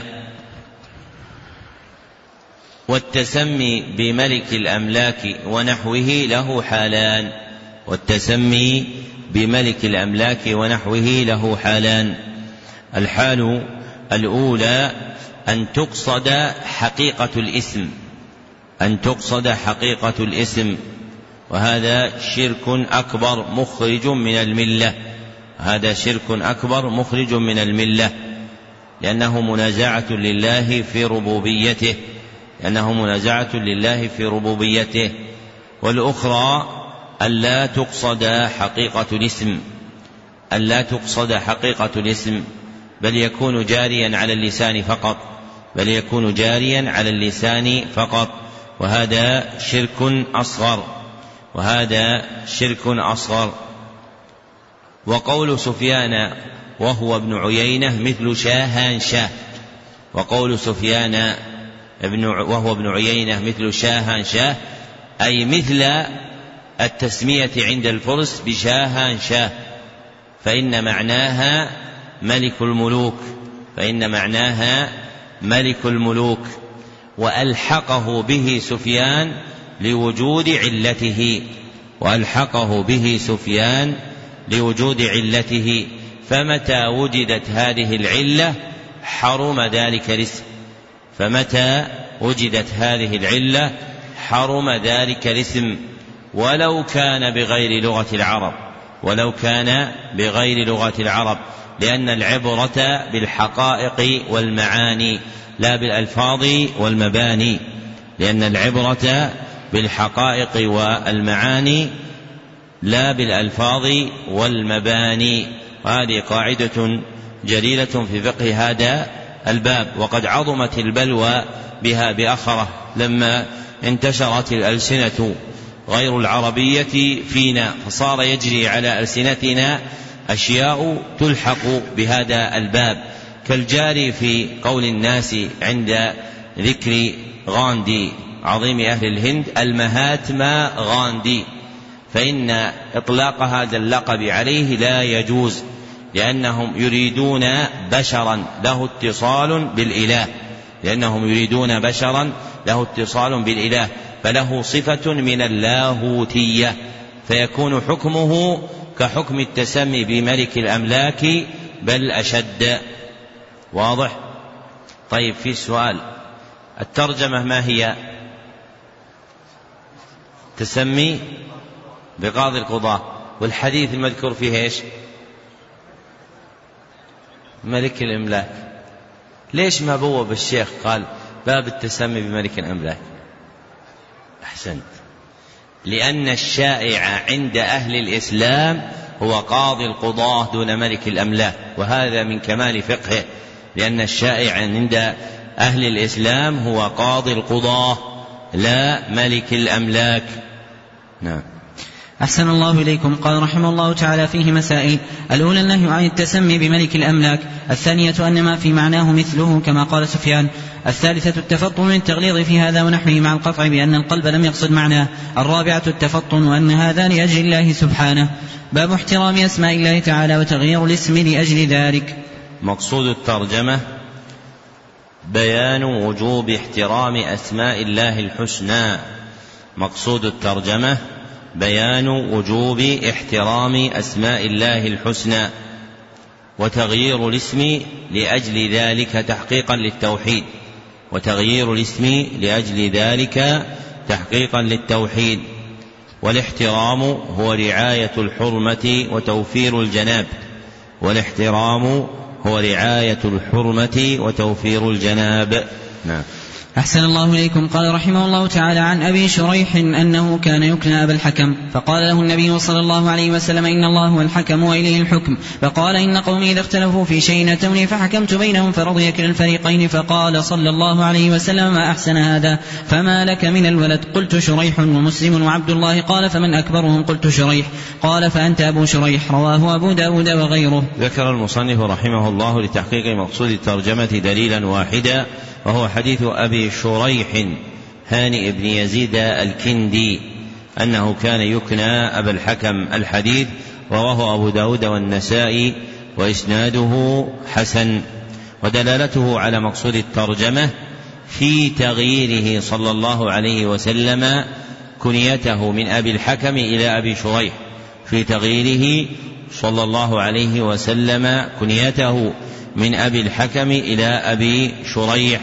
والتسمي بملك الأملاك ونحوه له حالان والتسمي بملك الأملاك ونحوه له حالان الحال الأولى أن تقصد حقيقة الاسم أن تقصد حقيقة الاسم وهذا شرك أكبر مخرج من الملة هذا شرك أكبر مخرج من الملة لأنه منازعة لله في ربوبيته لأنه منازعة لله في ربوبيته. والأخرى ألا تقصد حقيقة الاسم ألا تقصد حقيقة الاسم بل يكون جاريا على اللسان فقط بل يكون جاريا على اللسان فقط وهذا شرك أصغر وهذا شرك أصغر. وقول سفيان وهو ابن عيينة مثل شاهان شاه وقول سفيان ابن وهو ابن عيينة مثل شاهان شاه أي مثل التسمية عند الفرس بشاهان شاه فإن معناها ملك الملوك فإن معناها ملك الملوك. وألحقه به سفيان لوجود علته وألحقه به سفيان لوجود علته فمتى وجدت هذه العلة حرم ذلك الاسم فمتى وجدت هذه العلة حرم ذلك الاسم ولو كان بغير لغة العرب ولو كان بغير لغة العرب لأن العبرة بالحقائق والمعاني لا بالألفاظ والمباني لأن العبرة بالحقائق والمعاني لا بالألفاظ والمباني وهذه قاعدة جليلة في فقه هذا الباب. وقد عظمت البلوى بها بأخره لما انتشرت الألسنة غير العربية فينا فصار يجري على ألسنتنا أشياء تلحق بهذا الباب كالجاري في قول الناس عند ذكر غاندي عظيم أهل الهند المهاتما غاندي فإن إطلاق هذا اللقب عليه لا يجوز لأنهم يريدون بشرا له اتصال بالإله لأنهم يريدون بشرا له اتصال بالإله فله صفة من اللاهوتية فيكون حكمه كحكم التسمي بملك الأملاك بل أشد. واضح؟ طيب في سؤال الترجمة ما هي؟ تسمي بقاضي القضاة والحديث المذكور فيه ايش؟ ملك الأملاك. ليش ما بوب الشيخ قال باب التسمي بملك الأملاك؟ أحسنت لأن الشائع عند أهل الإسلام هو قاضي القضاة دون ملك الأملاك وهذا من كمال فقهه لأن الشائع عند أهل الإسلام هو قاضي القضاة لا ملك الأملاك. نعم. أحسن الله إليكم. قال رحمه الله تعالى فيه مسائل: الأولى النهي عن التسمي بملك الأملاك، الثانية أن ما في معناه مثله كما قال سفيان، الثالثة التفطن من التغليظ في هذا ونحوه مع القطع بأن القلب لم يقصد معناه، الرابعة التفطن وأن هذا لأجل الله سبحانه. باب احترام أسماء الله تعالى وتغيير الاسم لأجل ذلك. مقصود الترجمة بيان وجوب احترام أسماء الله الحسنى. مقصود الترجمة بيان وجوب احترام أسماء الله الحسنى وتغيير الاسم لأجل ذلك تحقيقا للتوحيد وتغيير الاسم لأجل ذلك تحقيقا للتوحيد. والاحترام هو رعاية الحرمة وتوفير الجناب والاحترام هو رعاية الحرمة وتوفير الجناب. نعم. أحسن الله إليكم. قال رحمه الله تعالى عن أبي شريح أنه كان يكنى أبا الحكم، فقال له النبي صلى الله عليه وسلم: إن الله هو الحكم وإليه الحكم. فقال: إن قومي إذا اختلفوا في شيء أتوني فحكمت بينهم فرضي كلا الفريقين. فقال صلى الله عليه وسلم: ما أحسن هذا، فما لك من الولد؟ قلت: شريح ومسلم وعبد الله. قال: فمن أكبرهم؟ قلت: شريح. قال: فأنت أبو شريح. رواه أبو داود وغيره. ذكر المصنف رحمه الله لتحقيق مقصود الترجمة دليلا واحدا، وهو حديث أبي شريح هانئ بن يزيد الكندي أنه كان يكنى أبا الحكم. الحديث رواه أبو داود والنسائي وإسناده حسن. ودلالته على مقصود الترجمة في تغييره صلى الله عليه وسلم كنيته من أبي الحكم إلى أبي شريح، في تغييره صلى الله عليه وسلم كنيته من أبي الحكم إلى أبي شريح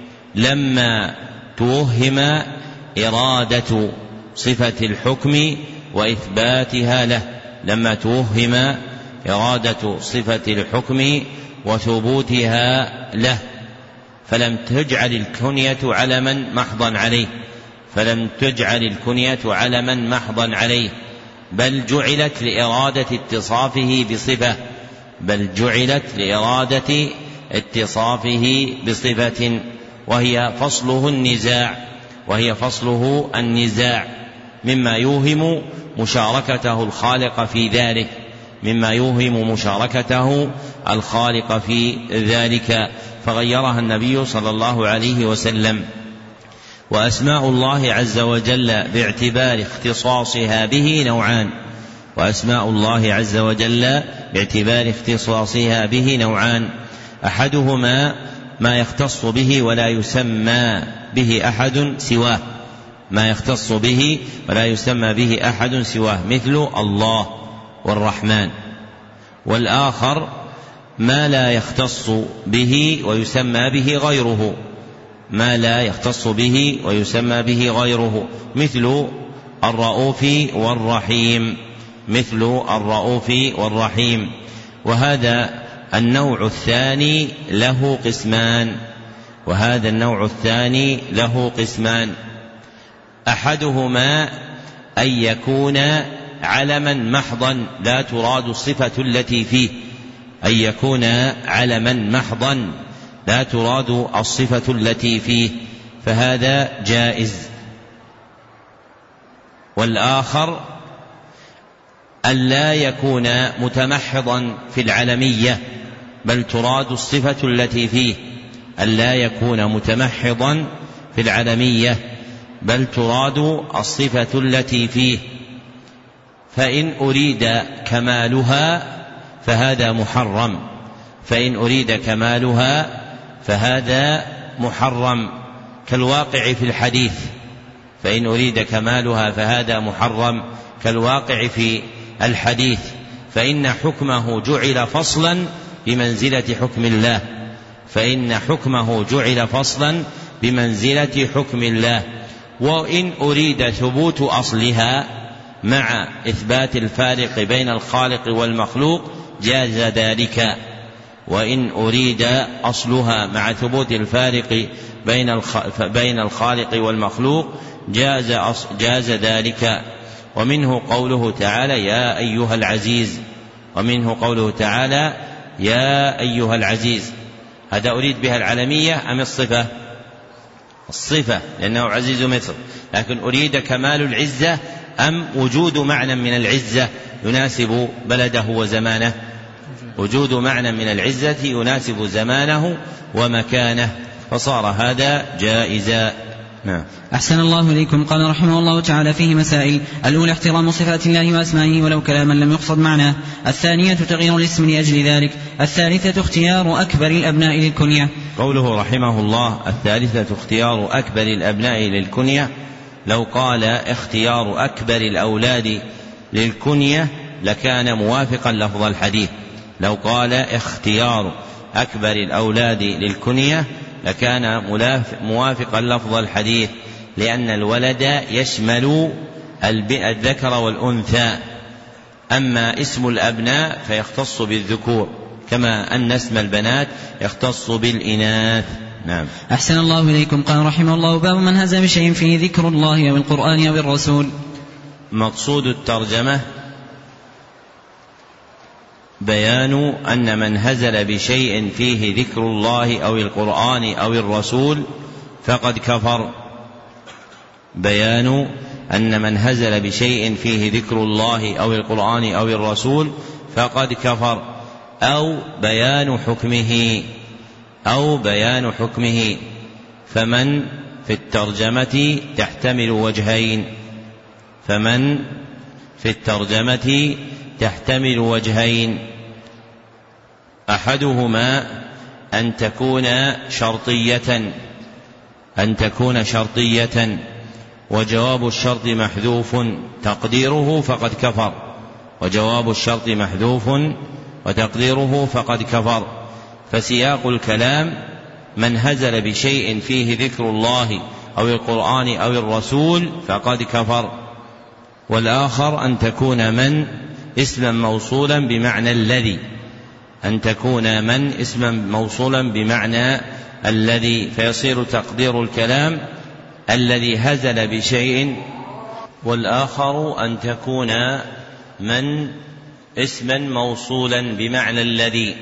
لما توهم إرادة صفة الحكم وإثباتها له، لما توهم إرادة صفة الحكم وثبوتها له، فلم تجعل الكنية علما محضا عليه، فلم تجعل الكنية علما محضا عليه، بل جعلت لإرادة اتصافه بصفة بل جعلت لإرادة اتصافه بصفة وهي فصله النزاع وهي فصله النزاع مما يوهم مشاركته الخالق في ذلك مما يوهم مشاركته الخالق في ذلك فغيرها النبي صلى الله عليه وسلم. وأسماء الله عز وجل باعتبار اختصاصها به نوعان وأسماء الله عز وجل باعتبار اختصاصها به نوعان أحدهما ما يختص به ولا يسمى به أحد سواه ما يختص به ولا يسمى به أحد سواه مثل الله والرحمن، والآخر ما لا يختص به ويسمى به غيره ما لا يختص به ويسمى به غيره مثل الرؤوف والرحيم مثل الرؤوف والرحيم. وهذا النوع الثاني له قسمان وهذا النوع الثاني له قسمان أحدهما أن يكون علما محضا لا تراد الصفة التي فيه أن يكون علما محضا لا تراد الصفة التي فيه فهذا جائز. والآخر أن لا يكون متمحضا في العلمية بل تراد الصفة التي فيه أن لا يكون متمحضا في العلمية بل تراد الصفة التي فيه، فإن أريد كمالها فهذا محرم فإن أريد كمالها فهذا محرم كالواقع في الحديث فإن أريد كمالها فهذا محرم كالواقع في الحديث فإن حكمه جعل فصلا بمنزلة حكم الله فإن حكمه جعل فصلا بمنزلة حكم الله. وإن أريد ثبوت أصلها مع إثبات الفارق بين الخالق والمخلوق جاز ذلك وإن أريد أصلها مع ثبوت الفارق بين الخالق والمخلوق جاز, جاز ذلك. ومنه قوله تعالى يا أيها العزيز ومنه قوله تعالى يا أيها العزيز هذا أريد بها العلمية أم الصفة؟ الصفة لأنه عزيز مصر، لكن أريد كمال العزة أم وجود معنى من العزة يناسب بلده وزمانه؟ وجود معنى من العزة يناسب زمانه ومكانه فصار هذا جائزا. نعم. أحسن الله إليكم. قال رحمه الله تعالى فيه مسائل: الأولى احترام صفات الله وأسمائه ولو كلاما لم يقصد معناه. الثانية تغيير الاسم لأجل ذلك. الثالثة اختيار أكبر الأبناء للكنية. قوله رحمه الله الثالثة اختيار أكبر الأبناء للكنية، لو قال اختيار أكبر الأولاد للكنية لكان موافقا لفظ الحديث لو قال اختيار أكبر الأولاد للكنية لكان موافقا لفظ الحديث، لأن الولد يشمل الذكر والأنثى، أما اسم الأبناء فيختص بالذكور كما أن اسم البنات يختص بالإناث. نعم. أحسن الله إليكم. قال رحمه الله: باب من هز بشيء فيه ذكر الله أو القرآن أو الرسول. مقصود الترجمة بيان أن من هزل بشيء فيه ذكر الله أو القرآن أو الرسول فقد كفر. بيان أن من هزل بشيء فيه ذكر الله أو القرآن أو الرسول فقد كفر، أو بيان حكمه أو بيان حكمه فمن في الترجمة تحتمل وجهين فمن في الترجمة تحتمل وجهين، أحدهما أن تكون شرطية أن تكون شرطية وجواب الشرط محذوف تقديره فقد كفر وجواب الشرط محذوف وتقديره فقد كفر. فسياق الكلام من هزل بشيء فيه ذكر الله أو القرآن أو الرسول فقد كفر. والآخر أن تكون من اسما موصولا بمعنى الذي أن تكون من اسما موصولا بمعنى الذي فيصير تقدير الكلام الذي هزل بشيء، والآخر أن تكون من اسما موصولا بمعنى الذي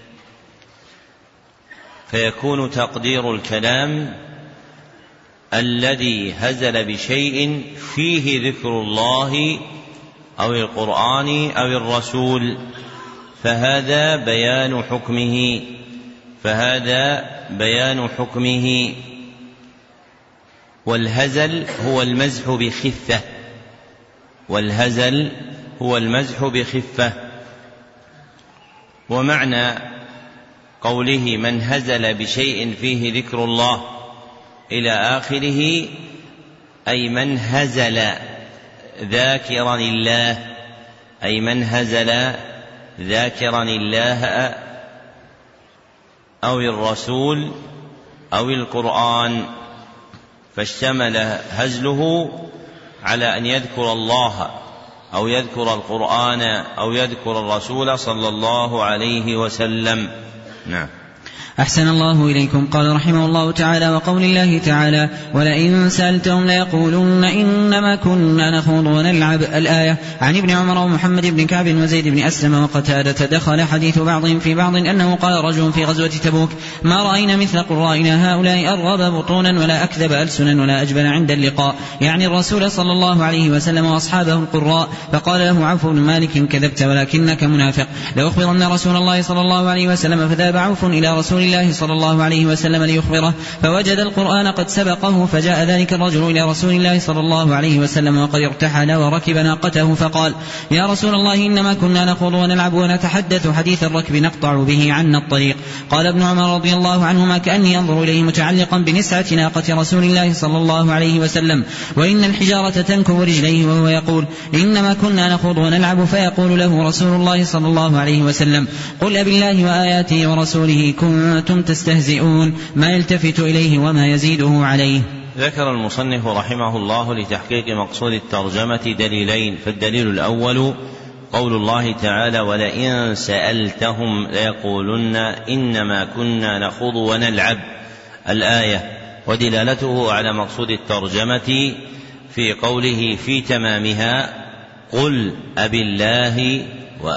فيكون تقدير الكلام الذي هزل بشيء فيه ذكر الله أو القرآن أو الرسول، فهذا بيان حكمه فهذا بيان حكمه والهزل هو المزح بخفة والهزل هو المزح بخفة. ومعنى قوله من هزل بشيء فيه ذكر الله إلى آخره أي من هزل ذاكرا الله أي من هزل ذاكرا الله أو الرسول أو القرآن، فاشتمل هزله على أن يذكر الله أو يذكر القرآن أو يذكر الرسول صلى الله عليه وسلم. نعم. أحسن الله إليكم. قال رحمه الله تعالى: وقول الله تعالى: ولئن سألتهم ليقولن إنما كنا نخوض ونلعب، الآية. عن ابن عمر ومحمد بن كعب وزيد بن أسلم وقتادة دخل حديث بعضهم في بعض أنه قال رجل في غزوة تبوك: ما رأينا مثل قرائنا هؤلاء أرغب بطونا ولا أكذب ألسنا ولا أجبن عند اللقاء، يعني الرسول صلى الله عليه وسلم وأصحابه القراء. فقال له عوف بن مالك: كذبت ولكنك منافق، لأخبرن رسول الله صلى الله عليه وسلم. فذهب عوف إلى رسول الله صلى الله عليه وسلم ليخبره، فوجد القرآن قد سبقه، فجاء ذلك الرجل إلى رسول الله صلى الله عليه وسلم وقد ارتحل وركب ناقته، فقال: يا رسول الله إنما كنا نخوض ونلعب ونتحدث حديث الركب نقطع به عنا الطريق. قال ابن عمر رضي الله عنهما كأني أنظر إليه متعلقا بنسعة ناقة رسول الله صلى الله عليه وسلم، وإن الحجارة تنكب رجليه وهو يقول: إنما كنا نخوض ونلعب، فيقول له رسول الله صلى الله عليه وسلم: قل أبالله وآياته ورسوله كنتم تستهزئون، ما يلتفت إليه وما يزيده عليه. ذكر المصنف رحمه الله لتحقيق مقصود الترجمة دليلين. فالدليل الأول قول الله تعالى: ولئن سألتهم ليقولن إنما كنا نخوض ونلعب، الآية. ودلالته على مقصود الترجمة في قوله في تمامها: قل أبالله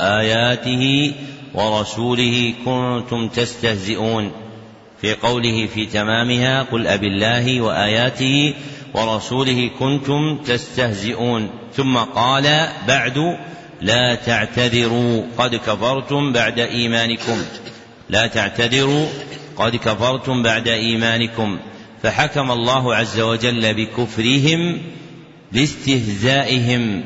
وآياته ورسوله كنتم تستهزئون، في قوله في تمامها: قل أبالله وآياته ورسوله كنتم تستهزئون. ثم قال بعد: لا تعتذروا قد كفرتم بعد إيمانكم لا تعتذروا قد كفرتم بعد إيمانكم. فحكم الله عز وجل بكفرهم لاستهزائهم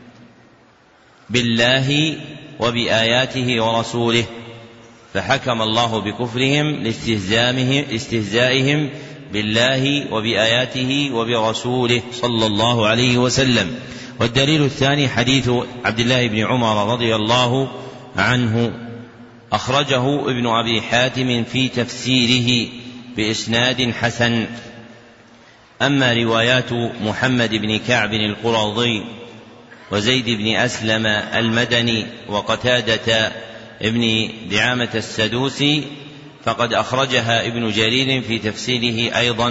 بالله وبآياته ورسوله فحكم الله بكفرهم لاستهزائهم بالله وبآياته وبرسوله صلى الله عليه وسلم. والدليل الثاني حديث عبد الله بن عمر رضي الله عنه، أخرجه ابن أبي حاتم في تفسيره بإسناد حسن. أما روايات محمد بن كعب القرظي وزيد بن أسلم المدني وقتادة ابن دعامة السدوسي فقد أخرجها ابن جرير في تفسيره أيضا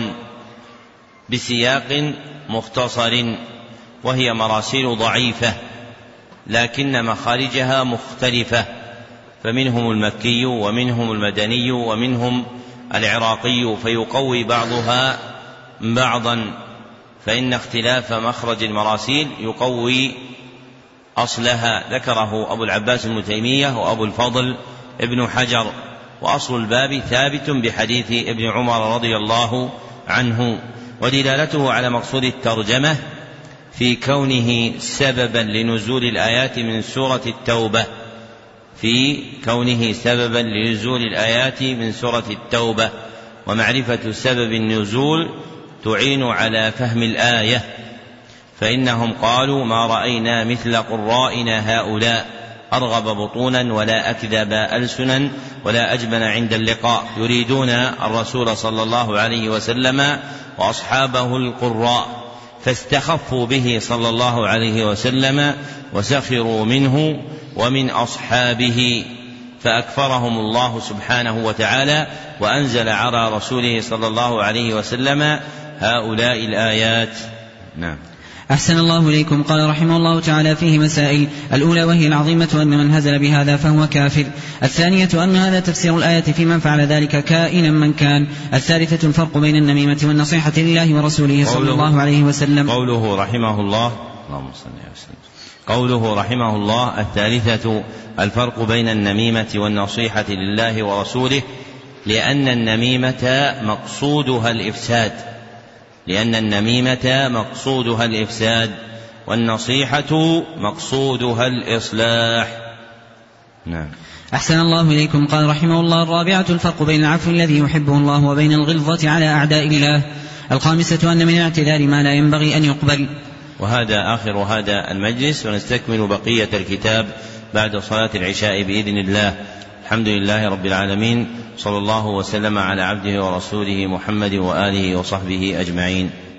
بسياق مختصر، وهي مراسيل ضعيفة لكن مخارجها مختلفة، فمنهم المكي ومنهم المدني ومنهم العراقي، فيقوي بعضها بعضا، فإن اختلاف مخرج المراسيل يقوي أصلها. ذكره أبو العباس ابن تيمية وأبو الفضل ابن حجر. وأصل الباب ثابت بحديث ابن عمر رضي الله عنه. ودلالته على مقصود الترجمة في كونه سببا لنزول الآيات من سورة التوبة في كونه سببا لنزول الآيات من سورة التوبة ومعرفة سبب النزول تعين على فهم الآية، فإنهم قالوا ما رأينا مثل قرائنا هؤلاء أرغب بطونا ولا أكذب ألسنا ولا أجبن عند اللقاء، يريدون الرسول صلى الله عليه وسلم وأصحابه القراء، فاستخفوا به صلى الله عليه وسلم وسخروا منه ومن أصحابه، فأكفرهم الله سبحانه وتعالى وأنزل على رسوله صلى الله عليه وسلم هؤلاء الآيات. نعم. أحسن الله إليكم. قال رحمه الله تعالى فيه مسائل: الأولى وهي العظيمة أن من هزل بهذا فهو كافر. الثانية أن هذا تفسير الآية في من فعل ذلك كائنا من كان. الثالثة الفرق بين النميمة والنصيحة لله ورسوله صلى الله عليه وسلم. قوله رحمه الله اللهم صل وسلم قوله رحمه الله الثالثة الفرق بين النميمة والنصيحة لله ورسوله، لأن النميمة مقصودها الإفساد لأن النميمة مقصودها الإفساد والنصيحة مقصودها الإصلاح. نعم. أحسن الله إليكم. قال رحمه الله: الرابعة الفرق بين العفو الذي يحبه الله وبين الغلظة على أعداء الله. الخامسة أن من الاعتذار ما لا ينبغي أن يقبل. وهذا آخر هذا المجلس، ونستكمل بقية الكتاب بعد صلاة العشاء بإذن الله. الحمد لله رب العالمين، صلى الله وسلم على عبده ورسوله محمد وآله وصحبه أجمعين.